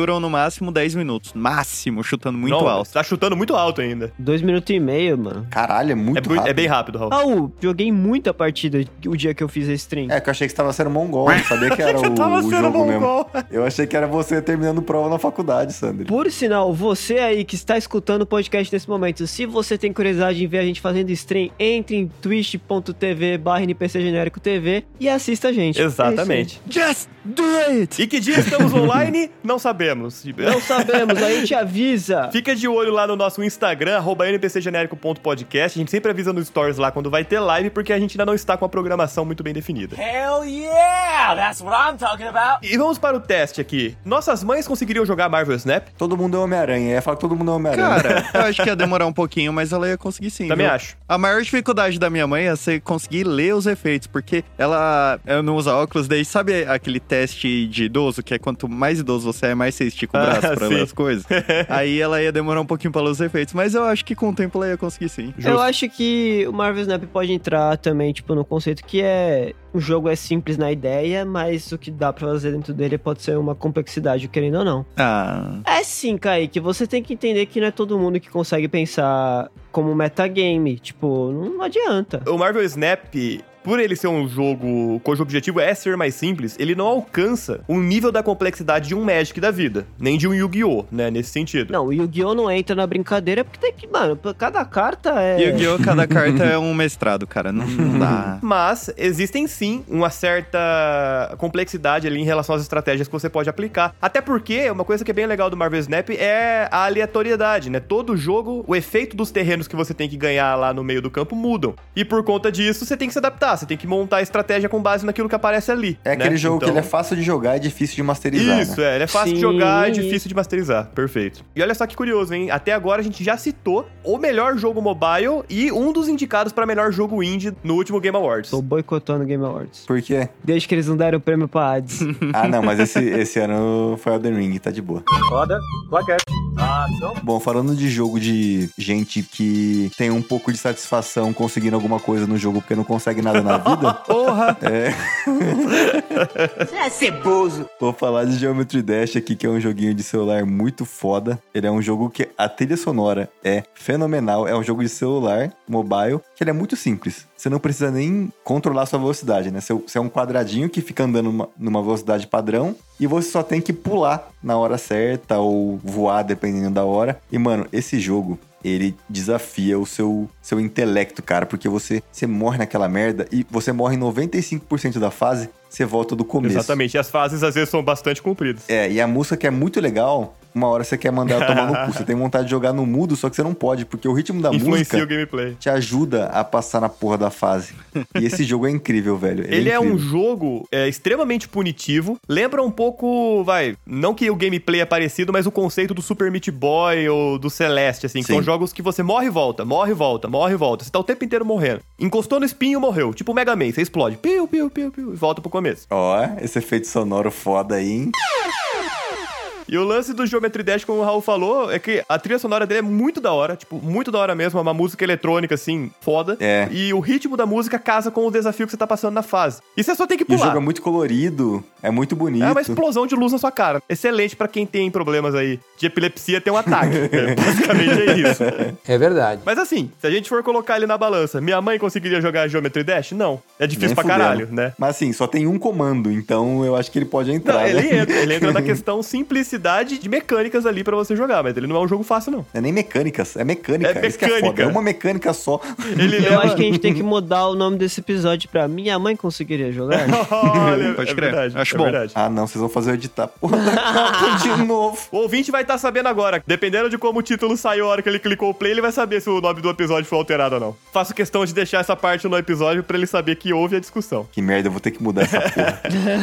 duram no máximo dez minutos. Máximo, chutando muito Não, alto. Você tá chutando muito alto ainda. Dois minutos e meio, mano. Caralho, é muito É, bu- rápido. é bem rápido, Raul. Raul, joguei muita partida o dia que eu fiz a stream. É, que eu achei que você tava sendo mongol. Não sabia que era o, tava o sendo jogo mongol. mesmo. Eu achei que era você terminando prova na faculdade, Sandro. Por sinal, você aí que está escutando o podcast nesse momento, se você tem curiosidade em ver a gente fazendo stream, entre em twitch.tv barra NPC Genérico T V e assista a gente. Exatamente. Just do it! E que dia estamos online? Não sabemos. Não sabemos, a gente avisa. Fica de olho lá no nosso Instagram, arroba npcgenérico ponto podcast. A gente sempre avisa nos stories lá quando vai ter live, porque a gente ainda não está com a programação muito bem definida. Hell yeah! That's what I'm talking about! E vamos para o teste aqui. Nossas mães conseguiriam jogar Marvel Snap? Todo mundo é Homem-Aranha. Eu ia falar que todo mundo é Homem-Aranha. Cara, eu acho que ia demorar um pouquinho, mas ela ia conseguir sim. Também viu? acho. A maior dificuldade da minha mãe é você conseguir ler os efeitos, porque ela, ela não usa óculos, daí sabe aquele teste de idoso, que é quanto mais idoso você é, mais você estica o braço Ah, pra sim. ler as coisas? Aí ela ia demorar um pouquinho pra ler os efeitos, mas eu acho que com o tempo ela ia conseguir sim. Eu acho que o Marvel Snap pode entrar também, tipo, no conceito que é... O jogo é simples na ideia, mas o que dá pra fazer dentro dele pode ser uma complexidade, querendo ou não. Ah... É sim, Kaique, você tem que entender que não é todo mundo que consegue pensar como metagame. Tipo, não adianta. O Marvel Snap, por ele ser um jogo cujo objetivo é ser mais simples, ele não alcança o nível da complexidade de um Magic da vida, nem de um Yu-Gi-Oh!, né, nesse sentido. Não, o Yu-Gi-Oh! Não entra na brincadeira porque tem que, mano, cada carta é... Yu-Gi-Oh! Cada carta é um mestrado, cara, não, não dá. Mas existem sim uma certa complexidade ali em relação às estratégias que você pode aplicar. Até porque uma coisa que é bem legal do Marvel Snap é a aleatoriedade, né? Todo jogo, o efeito dos terrenos que você tem que ganhar lá no meio do campo mudam. E por conta disso, você tem que se adaptar, você tem que montar a estratégia com base naquilo que aparece ali. É né? aquele jogo Então... que ele é fácil de jogar e difícil de masterizar, Isso, né? é. Ele é fácil Sim. de jogar e difícil de masterizar. Perfeito. E olha só que curioso, hein? Até agora a gente já citou o melhor jogo mobile e um dos indicados para melhor jogo indie no último Game Awards. Tô boicotando o Game Awards. Por quê? Desde que eles não deram o prêmio pra Hades. Ah, não, mas esse, esse ano foi Elden Ring, tá de boa. Roda, plaquete, ação. Bom, falando de jogo de gente que tem um pouco de satisfação conseguindo alguma coisa no jogo porque não consegue nada na vida. Porra! É. Você é ceboso. Vou falar de Geometry Dash aqui, que é um joguinho de celular muito foda. Ele é um jogo que a trilha sonora é fenomenal. É um jogo de celular, mobile, que ele é muito simples. Você não precisa nem controlar a sua velocidade, né? Você é um quadradinho que fica andando numa, numa velocidade padrão e você só tem que pular na hora certa ou voar, dependendo da hora. E, mano, esse jogo... ele desafia o seu, seu intelecto, cara, porque você, você morre naquela merda e você morre em noventa e cinco por cento da fase, você volta do começo. Exatamente, e as fases às vezes são bastante compridas. É, e a música que é muito legal, uma hora você quer mandar ela tomar no cu, você tem vontade de jogar no mudo, só que você não pode, porque o ritmo da Influencia música o gameplay. te ajuda a passar na porra da fase. E esse jogo é incrível, velho. Ele é, é um incrível. jogo é, extremamente punitivo. Lembra um pouco, vai, não que o gameplay é parecido, mas o conceito do Super Meat Boy ou do Celeste, assim, que Sim. são jogos que você morre e volta, morre e volta, morre e volta. Você tá o tempo inteiro morrendo. Encostou no espinho, morreu. Tipo o Mega Man, você explode. Piu, piu, piu, piu, e volta pro começo. Ó, esse efeito sonoro foda aí, hein? E o lance do Geometry Dash, como o Raul falou, é que a trilha sonora dele é muito da hora, tipo, muito da hora mesmo, é uma música eletrônica, assim, foda. É. E o ritmo da música casa com o desafio que você tá passando na fase. E você só tem que E o pular. jogo é muito colorido, é muito bonito. É uma explosão de luz na sua cara. Excelente pra quem tem problemas aí de epilepsia ter um ataque. É, basicamente é isso. É verdade. Mas assim, se a gente for colocar ele na balança, minha mãe conseguiria jogar Geometry Dash? Não. É difícil Nem pra fudendo. caralho, né? Mas assim, só tem um comando, então eu acho que ele pode entrar. Não, ele né? entra. Ele entra na questão simplicidade de mecânicas ali pra você jogar, mas ele não é um jogo fácil, não. É nem mecânicas, é mecânica. É Isso que é foda. mecânica. É uma mecânica só. Ele Eu leva... acho que a gente tem que mudar o nome desse episódio pra Minha Mãe Conseguiria Jogar. Olha, Pode é crer. verdade, Acho é bom. verdade. Ah, não, vocês vão fazer eu editar porra da capa de novo. O ouvinte vai estar sabendo agora. Dependendo de como o título saiu a hora que ele clicou o play, ele vai saber se o nome do episódio foi alterado ou não. Faço questão de deixar essa parte no episódio pra ele saber que houve a discussão. Que merda, eu vou ter que mudar essa porra.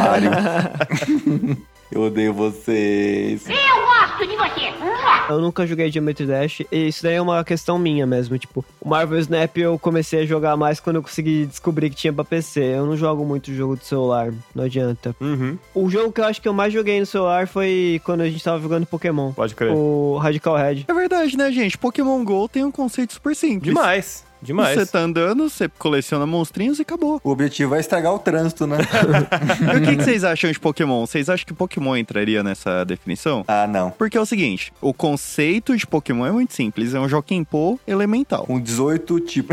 Pariu. Eu odeio vocês. Eu gosto de você. Eu nunca joguei Geometry Dash, e isso daí é uma questão minha mesmo, tipo, o Marvel Snap eu comecei a jogar mais quando eu consegui descobrir que tinha pra P C. Eu não jogo muito jogo de celular, não adianta. Uhum. O jogo que eu acho que eu mais joguei no celular foi quando a gente tava jogando Pokémon. Pode crer. O Radical Red. É verdade, né, gente? Pokémon GO tem um conceito super simples. Demais. demais. Você tá andando, você coleciona monstrinhos e acabou. O objetivo é estragar o trânsito, né? E o que, que vocês acham de Pokémon? Vocês acham que Pokémon entraria nessa definição? Ah, não. Porque é o seguinte, o conceito de Pokémon é muito simples, é um Jokenpô elemental. Com dezoito tipos.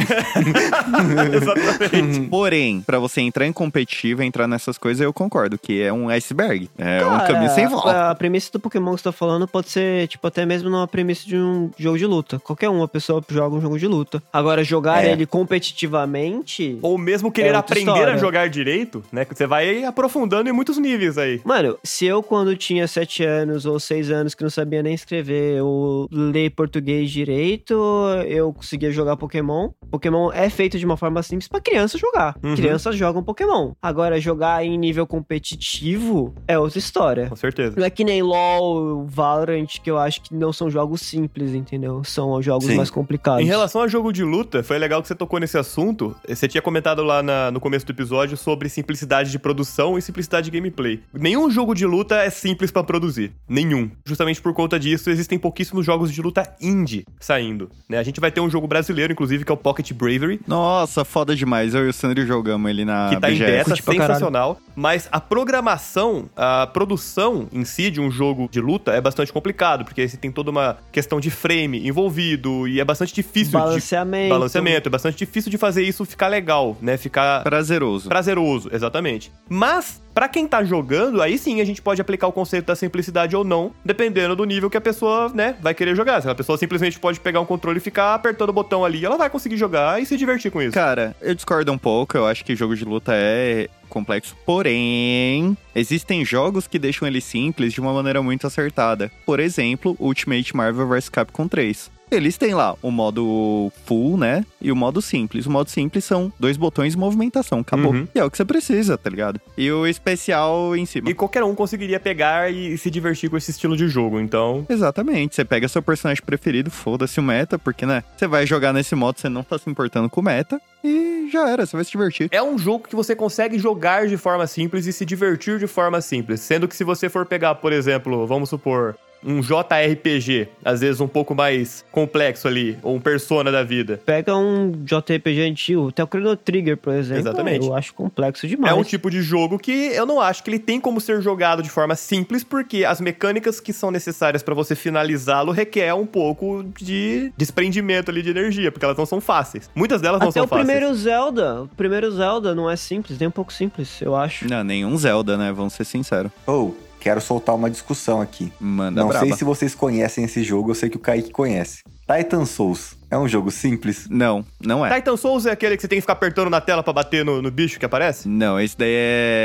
Exatamente. Porém, pra você entrar em competitivo, entrar nessas coisas, eu concordo que é um iceberg. É Cara, um caminho sem volta. A premissa do Pokémon que você tá falando pode ser, tipo, até mesmo numa premissa de um jogo de luta. Qualquer uma pessoa joga um jogo de luta. Agora, jogar É. ele competitivamente... Ou mesmo querer É outra aprender história. a jogar direito, né? Que você vai aprofundando em muitos níveis aí. Mano, se eu quando tinha sete anos ou seis anos que não sabia nem escrever ou ler português direito, eu conseguia jogar Pokémon. Pokémon é feito de uma forma simples pra criança jogar. Uhum. Crianças jogam Pokémon. Agora, jogar em nível competitivo é outra história. Com certeza. Não é que nem LoL, Valorant, que eu acho que não são jogos simples, entendeu? São jogos Sim. mais complicados. Em relação a jogo de luta, foi legal que você tocou nesse assunto. Você tinha comentado lá na- no começo do episódio sobre simplicidade de produção e simplicidade de gameplay. Nenhum jogo de luta é simples pra produzir. Nenhum. Justamente por conta disso, existem pouquíssimos jogos de luta indie saindo, né? A gente vai ter um jogo brasileiro, inclusive, que é o Pocket Bravery, Nossa, foda demais. Eu e o Sandro jogamos ele na que tá em B G S. beta, Curte pra caralho. sensacional. Mas a programação, a produção em si de um jogo de luta é bastante complicado, porque você tem toda uma questão de frame envolvido e é bastante difícil Balanceamento. de... Balanceamento. É bastante difícil de fazer isso ficar legal, né? Ficar Prazeroso. prazeroso, exatamente. Mas, pra quem tá jogando, aí sim a gente pode aplicar o conceito da simplicidade ou não, dependendo do nível que a pessoa, né, vai querer jogar. Se a pessoa simplesmente pode pegar um controle e ficar apertando o botão ali, ela vai conseguir jogar e se divertir com isso. Cara, eu discordo um pouco. Eu acho que jogo de luta é complexo. Porém, existem jogos que deixam ele simples de uma maneira muito acertada. Por exemplo, Ultimate Marvel versus. Capcom três. Eles têm lá o modo full, né? E o modo simples. O modo simples são dois botões e movimentação. Acabou. Uhum. E é o que você precisa, tá ligado? E o especial em cima. E qualquer um conseguiria pegar e se divertir com esse estilo de jogo, então... Exatamente. Você pega seu personagem preferido, foda-se o meta, porque, né? Você vai jogar nesse modo, você não tá se importando com o meta. E já era, você vai se divertir. É um jogo que você consegue jogar de forma simples e se divertir de forma simples. Sendo que se você for pegar, por exemplo, vamos supor... um J R P G, às vezes um pouco mais complexo ali, ou um Persona da vida. Pega um J R P G antigo, até o Chrono Trigger, por exemplo. Exatamente. Eu acho complexo demais. É um tipo de jogo que eu não acho que ele tem como ser jogado de forma simples, porque as mecânicas que são necessárias pra você finalizá-lo requer um pouco de desprendimento ali de energia, porque elas não são fáceis. Muitas delas não Até são o fáceis. primeiro Zelda, o primeiro Zelda não é simples, nem um pouco simples, eu acho. Não, nenhum Zelda, né? Vamos ser sinceros. Ou, quero soltar uma discussão aqui. Manda Não braba. sei se vocês conhecem esse jogo, eu sei que o Kaique conhece. Titan Souls é um jogo simples? Não, não é. Titan Souls é aquele que você tem que ficar apertando na tela pra bater no, no bicho que aparece? Não, esse daí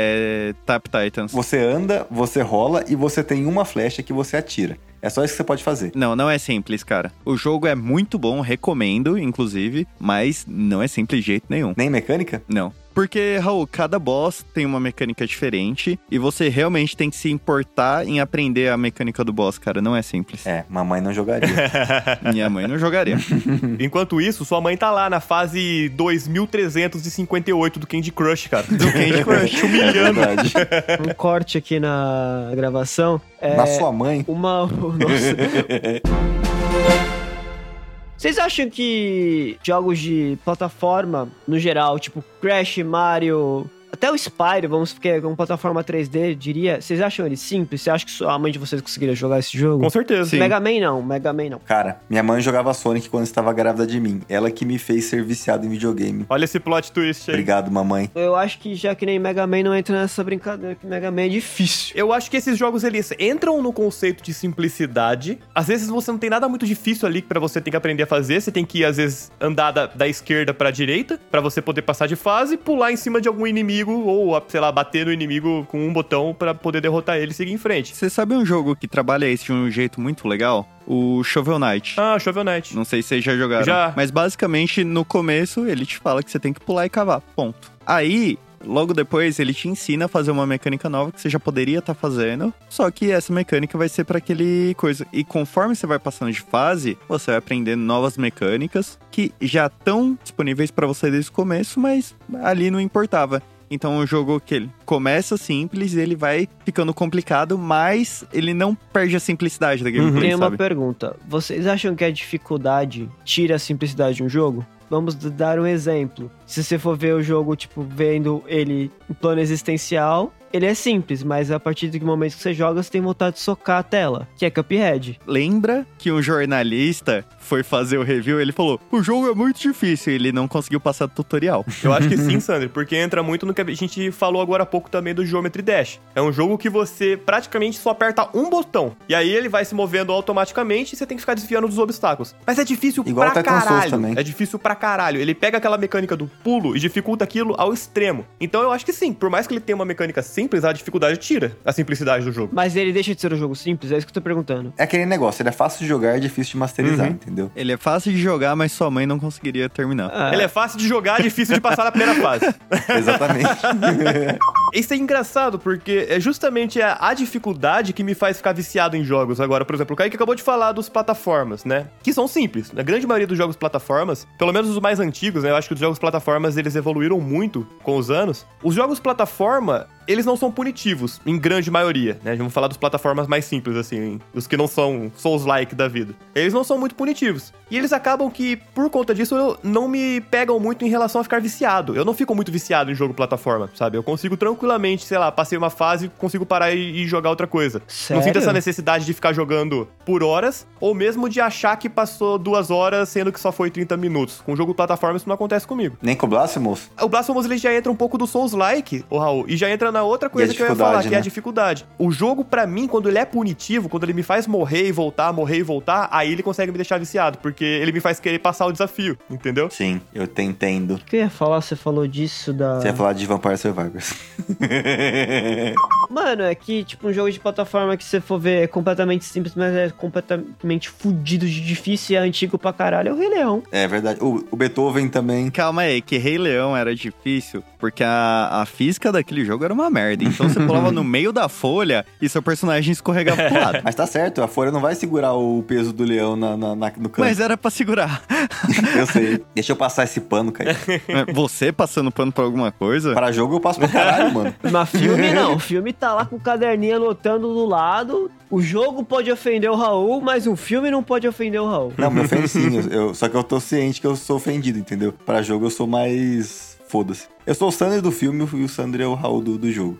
é Tap Titans. Você anda, você rola e você tem uma flecha que você atira. É só isso que você pode fazer. Não, não é simples, cara. O jogo é muito bom, recomendo, inclusive, mas não é simples de jeito nenhum. Nem mecânica? Não. Porque, Raul, cada boss tem uma mecânica diferente e você realmente tem que se importar em aprender a mecânica do boss, cara. Não é simples. É, mamãe não jogaria. Minha mãe não jogaria. Enquanto isso, sua mãe tá lá na fase dois mil trezentos e cinquenta e oito do Candy Crush, cara. Do Candy Crush. Humilhando. É verdade. Um corte aqui na gravação. É Na sua mãe? uma... Nossa. Vocês acham que jogos de plataforma, no geral, tipo Crash, Mario, até o Spyro, vamos porque é uma plataforma três D, diria, vocês acham ele simples? Você acha que a mãe de vocês conseguiria jogar esse jogo? Com certeza. Sim. Mega Man não, Mega Man não. Cara, minha mãe jogava Sonic quando estava grávida de mim. Ela que me fez ser viciado em videogame. Olha esse plot twist aí. Obrigado, mamãe. Eu acho que já que nem Mega Man não entra nessa brincadeira, que Mega Man é difícil. Eu acho que esses jogos, eles entram no conceito de simplicidade. Às vezes você não tem nada muito difícil ali pra você ter que aprender a fazer. Você tem que, às vezes, andar da, da esquerda pra direita pra você poder passar de fase, pular em cima de algum inimigo ou, sei lá, bater no inimigo com um botão pra poder derrotar ele e seguir em frente. Você sabe um jogo que trabalha isso de um jeito muito legal? O Shovel Knight. Ah, Shovel Knight. Não sei se vocês já jogaram. Já. Mas basicamente, no começo, ele te fala que você tem que pular e cavar. Ponto. Aí, logo depois, ele te ensina a fazer uma mecânica nova que você já poderia estar fazendo. Só que essa mecânica vai ser pra aquele coisa. E conforme você vai passando de fase, você vai aprendendo novas mecânicas que já estão disponíveis pra você desde o começo, mas ali não importava. Então é um jogo que ele começa simples e ele vai ficando complicado, mas ele não perde a simplicidade da gameplay, Tem uma sabe? pergunta. Vocês acham que a dificuldade tira a simplicidade de um jogo? vamos dar um exemplo. Se você for ver o jogo, tipo, vendo ele em plano existencial, ele é simples, mas a partir do momento que você joga, você tem vontade de socar a tela, que é Cuphead. Lembra que um jornalista foi fazer o review, ele falou, o jogo é muito difícil, ele não conseguiu passar do tutorial. Eu acho que sim, Sandro, porque entra muito no que a gente falou agora há pouco também do Geometry Dash. É um jogo que você praticamente só aperta um botão, e aí ele vai se movendo automaticamente e você tem que ficar desviando dos obstáculos. Mas é difícil Igual pra caralho. Também. É difícil pra caralho. Ele pega aquela mecânica do pulo e dificulta aquilo ao extremo. Então eu acho que sim, por mais que ele tenha uma mecânica simples, a dificuldade tira a simplicidade do jogo. Mas ele deixa de ser um jogo simples? É isso que eu tô perguntando. É aquele negócio, ele é fácil de jogar e difícil de masterizar, uhum. entendeu? Ele é fácil de jogar, mas sua mãe não conseguiria terminar. Ah. Ele é fácil de jogar, difícil de passar na primeira fase. Exatamente. Isso é engraçado, porque é justamente a, a dificuldade que me faz ficar viciado em jogos. Agora, por exemplo, o Kaique acabou de falar dos plataformas, né? Que são simples. A grande maioria dos jogos plataformas, pelo menos os mais antigos, né? Eu acho que os jogos plataformas, eles evoluíram muito com os anos. Os jogos plataforma, eles não são punitivos, em grande maioria, né? Vamos falar dos plataformas mais simples, assim, dos que não são Souls-like da vida. Eles não são muito punitivos. E eles acabam que, por conta disso, não me pegam muito em relação a ficar viciado. Eu não fico muito viciado em jogo plataforma, sabe? Eu consigo tranquilamente, sei lá, passei uma fase, consigo parar e, e jogar outra coisa. Sério? Não sinto essa necessidade de ficar jogando por horas, ou mesmo de achar que passou duas horas, sendo que só foi trinta minutos. Com jogo plataforma, isso não acontece comigo. Nem com o Blasphemous? O Blasphemous, ele já entra um pouco do Souls-like, ô Raul, e já entra na outra coisa que eu ia falar, que né? é a dificuldade. O jogo, pra mim, quando ele é punitivo, quando ele me faz morrer e voltar, morrer e voltar, aí ele consegue me deixar viciado, porque ele me faz querer passar o desafio, entendeu? Sim, eu te entendo. O que eu ia falar? Você falou disso da... Você ia falar de Vampire Survivors. Mano, é que, tipo, um jogo de plataforma que você for ver é completamente simples, mas é completamente fudido de difícil e é antigo pra caralho, é o Rei Leão. É verdade. O, o Beethoven também. Calma aí, que Rei Leão era difícil, porque a, a física daquele jogo era uma merda. Então você pulava no meio da folha e seu personagem escorregava pro lado. Mas tá certo, a folha não vai segurar o peso do leão na, na, na, no canto. Mas era pra segurar. Eu sei. Deixa eu passar esse pano, cara. Você passando pano pra alguma coisa? Para jogo eu passo pra caralho, mano. Mas filme não. O filme tá lá com o caderninho anotando do lado. O jogo pode ofender o Raul, mas o filme não pode ofender o Raul. Não, me ofende sim. Eu, eu, só que eu tô ciente que eu sou ofendido, entendeu? Para jogo eu sou mais... Foda-se. Eu sou o Sander do filme e o Sander é o Raul do, do jogo.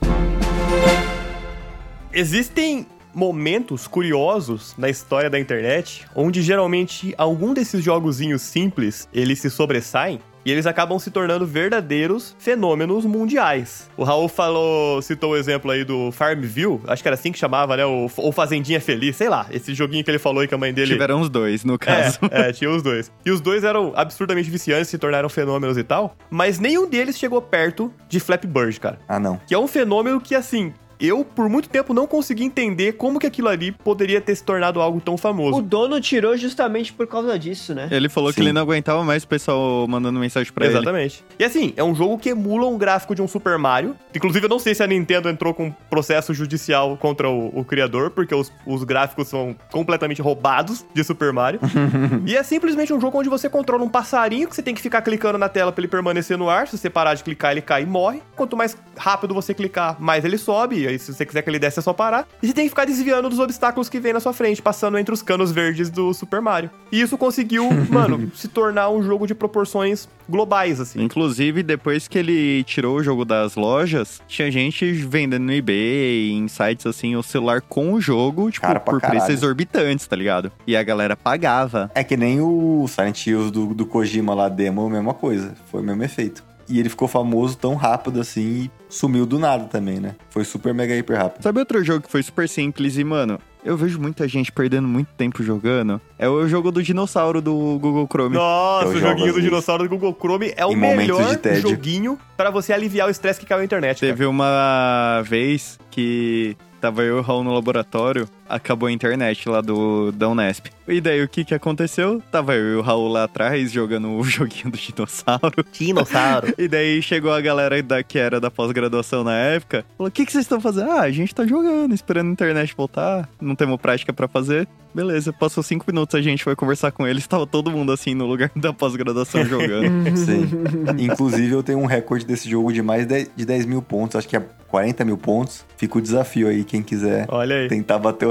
Existem momentos curiosos na história da internet onde geralmente algum desses jogozinhos simples, eles se sobressaem e eles acabam se tornando verdadeiros fenômenos mundiais. O Raul falou, citou o exemplo aí do Farmville, acho que era assim que chamava, né? O, ou Fazendinha Feliz, sei lá. Esse joguinho que ele falou aí que a mãe dele... Tiveram os dois, no caso. É, é, tinha os dois. E os dois eram absurdamente viciantes, se tornaram fenômenos e tal, mas nenhum deles chegou perto de Flappy Bird, cara. Ah, não. Que é um fenômeno que, assim... Eu, por muito tempo, não consegui entender como que aquilo ali poderia ter se tornado algo tão famoso. O dono tirou justamente por causa disso, né? Ele falou Sim. que ele não aguentava mais o pessoal mandando mensagem pra Exatamente. ele. Exatamente. E assim, é um jogo que emula um gráfico de um Super Mario. Inclusive, eu não sei se a Nintendo entrou com um processo judicial contra o, o criador, porque os, os gráficos são completamente roubados de Super Mario. E é simplesmente um jogo onde você controla um passarinho que você tem que ficar clicando na tela pra ele permanecer no ar. Se você parar de clicar, ele cai e morre. Quanto mais rápido você clicar, mais ele sobe. E aí, se você quiser que ele desce, é só parar. E você tem que ficar desviando dos obstáculos que vem na sua frente, passando entre os canos verdes do Super Mario. E isso conseguiu, mano, se tornar um jogo de proporções globais, assim. Inclusive, depois que ele tirou o jogo das lojas, tinha gente vendendo no eBay, em sites assim, o celular com o jogo, tipo, Cara, pra por preços caralho. exorbitantes, tá ligado? E a galera pagava. É que nem o Silent Hills do, do Kojima lá, demo, a mesma coisa. Foi o mesmo efeito. E ele ficou famoso tão rápido assim e sumiu do nada também, né? Foi super mega hiper rápido. Sabe outro jogo que foi super simples e, mano, eu vejo muita gente perdendo muito tempo jogando? É o jogo do dinossauro do Google Chrome. Nossa, Eu o jogo joguinho às do vezes. dinossauro do Google Chrome é o Em momentos melhor de tédio. joguinho pra você aliviar o estresse que caiu na internet, cara. Teve uma vez que tava eu e o Raul no laboratório, acabou a internet lá do, da Unesp. E daí o que que aconteceu? Tava eu e o Raul lá atrás jogando o joguinho do dinossauro. Dinossauro. E daí chegou a galera da, que era da pós-graduação na época. Falou, o que que vocês estão fazendo? Ah, a gente tá jogando, esperando a internet voltar. Não temos prática pra fazer. Beleza, passou cinco minutos, a gente foi conversar com eles. Tava todo mundo assim no lugar da pós-graduação jogando. Sim. Inclusive, eu tenho um recorde desse jogo de mais de dez mil pontos. Acho que é quarenta mil pontos. Fica o desafio aí, quem quiser Olha aí. tentar bater o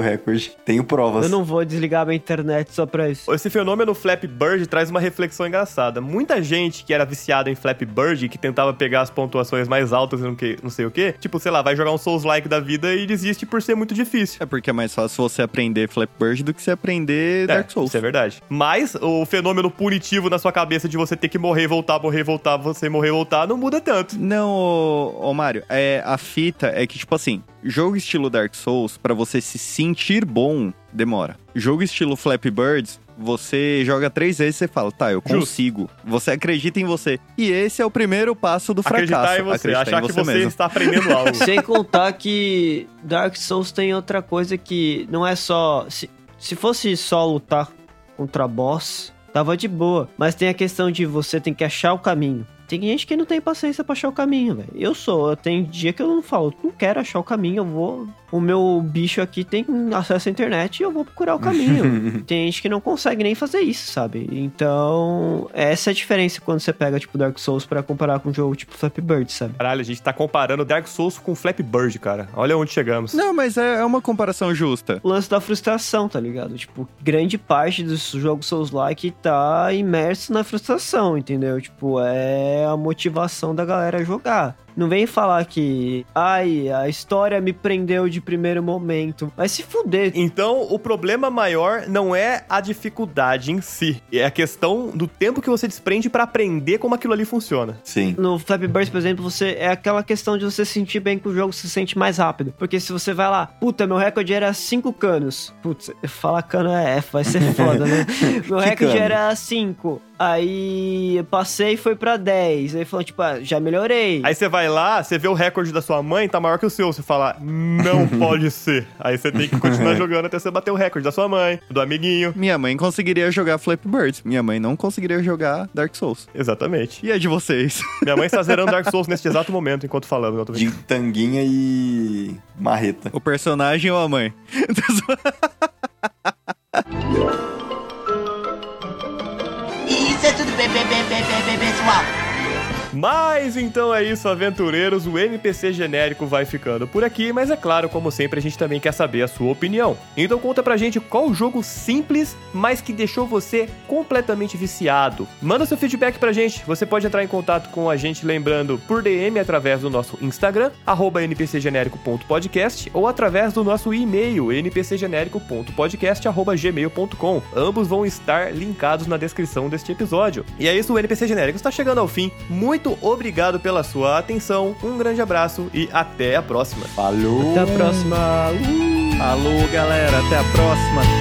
recorde. Tenho provas. Eu não vou desligar minha internet só pra isso. Esse fenômeno Flappy Bird traz uma reflexão engraçada. Muita gente que era viciada em Flappy Bird, que tentava pegar as pontuações mais altas e não, que, não sei o quê, tipo, sei lá, vai jogar um Souls-like da vida e desiste por ser muito difícil. É porque é mais fácil você aprender Flappy Bird do que você aprender é, Dark Souls. Isso é verdade. Mas o fenômeno punitivo na sua cabeça de você ter que morrer, voltar, morrer, voltar, você morrer, voltar, não muda tanto. Não, ô, ô Mário, é, a fita é que, tipo assim, jogo estilo Dark Souls, pra você se sentir bom, demora. Jogo estilo Flappy Birds, você joga três vezes e você fala, tá, eu consigo. Justo. Você acredita em você. E esse é o primeiro passo do fracasso. Acreditar em você, acreditar achar em você que você mesmo. está aprendendo algo. Sem contar que Dark Souls tem outra coisa que não é só... Se, se fosse só lutar contra boss, tava de boa. Mas tem a questão de você tem que achar o caminho. Tem gente que não tem paciência pra achar o caminho, velho. Eu sou, eu tenho dia que eu não falo, não quero achar o caminho, eu vou... O meu bicho aqui tem acesso à internet e eu vou procurar o caminho. Tem gente que não consegue nem fazer isso, sabe? Então, essa é a diferença quando você pega, tipo, Dark Souls pra comparar com um jogo tipo Flappy Bird, sabe? Caralho, a gente tá comparando Dark Souls com Flappy Bird, cara. Olha onde chegamos. Não, mas é, é uma comparação justa. O lance da frustração, tá ligado? Tipo, grande parte dos jogos Souls-like tá imerso na frustração, entendeu? Tipo, é a motivação da galera a jogar. Não vem falar que, ai, a história me prendeu de primeiro momento. Vai se fuder. Então, o problema maior não é a dificuldade em si. É a questão do tempo que você desprende pra aprender como aquilo ali funciona. Sim. No Flappy Bird, por exemplo, você é aquela questão de você se sentir bem com o jogo, se sente mais rápido. Porque se você vai lá, puta, meu recorde era cinco canos. Putz, falar cano é, vai ser foda, né? Meu recorde cano? era cinco. Aí eu passei e foi pra dez. Aí falou, tipo, ah, já melhorei. Aí você vai lá, você vê o recorde da sua mãe, tá maior que o seu. Você fala, não pode ser. Aí você tem que continuar jogando até você bater o recorde da sua mãe, do amiguinho. Minha mãe conseguiria jogar Flappy Birds. Minha mãe não conseguiria jogar Dark Souls. Exatamente. E a de vocês? Minha mãe está zerando Dark Souls neste exato momento, enquanto falamos. Eu tô De tanguinha e marreta. O personagem ou a mãe? Isso é tudo bem, bem, bem, bem, bem, bem, pessoal. Mas então é isso, aventureiros, o N P C genérico vai ficando por aqui, mas é claro, como sempre, a gente também quer saber a sua opinião. Então conta pra gente qual jogo simples, mas que deixou você completamente viciado. Manda seu feedback pra gente, você pode entrar em contato com a gente, lembrando, por D M através do nosso Instagram, arroba npcgenérico ponto podcast, ou através do nosso e-mail, npcgenérico ponto podcast arroba gmail ponto com. Ambos vão estar linkados na descrição deste episódio. E é isso, o N P C Genérico está chegando ao fim. Muito Muito obrigado pela sua atenção, um grande abraço e até a próxima. Falou! Até a próxima! Uh! Alô, galera, até a próxima!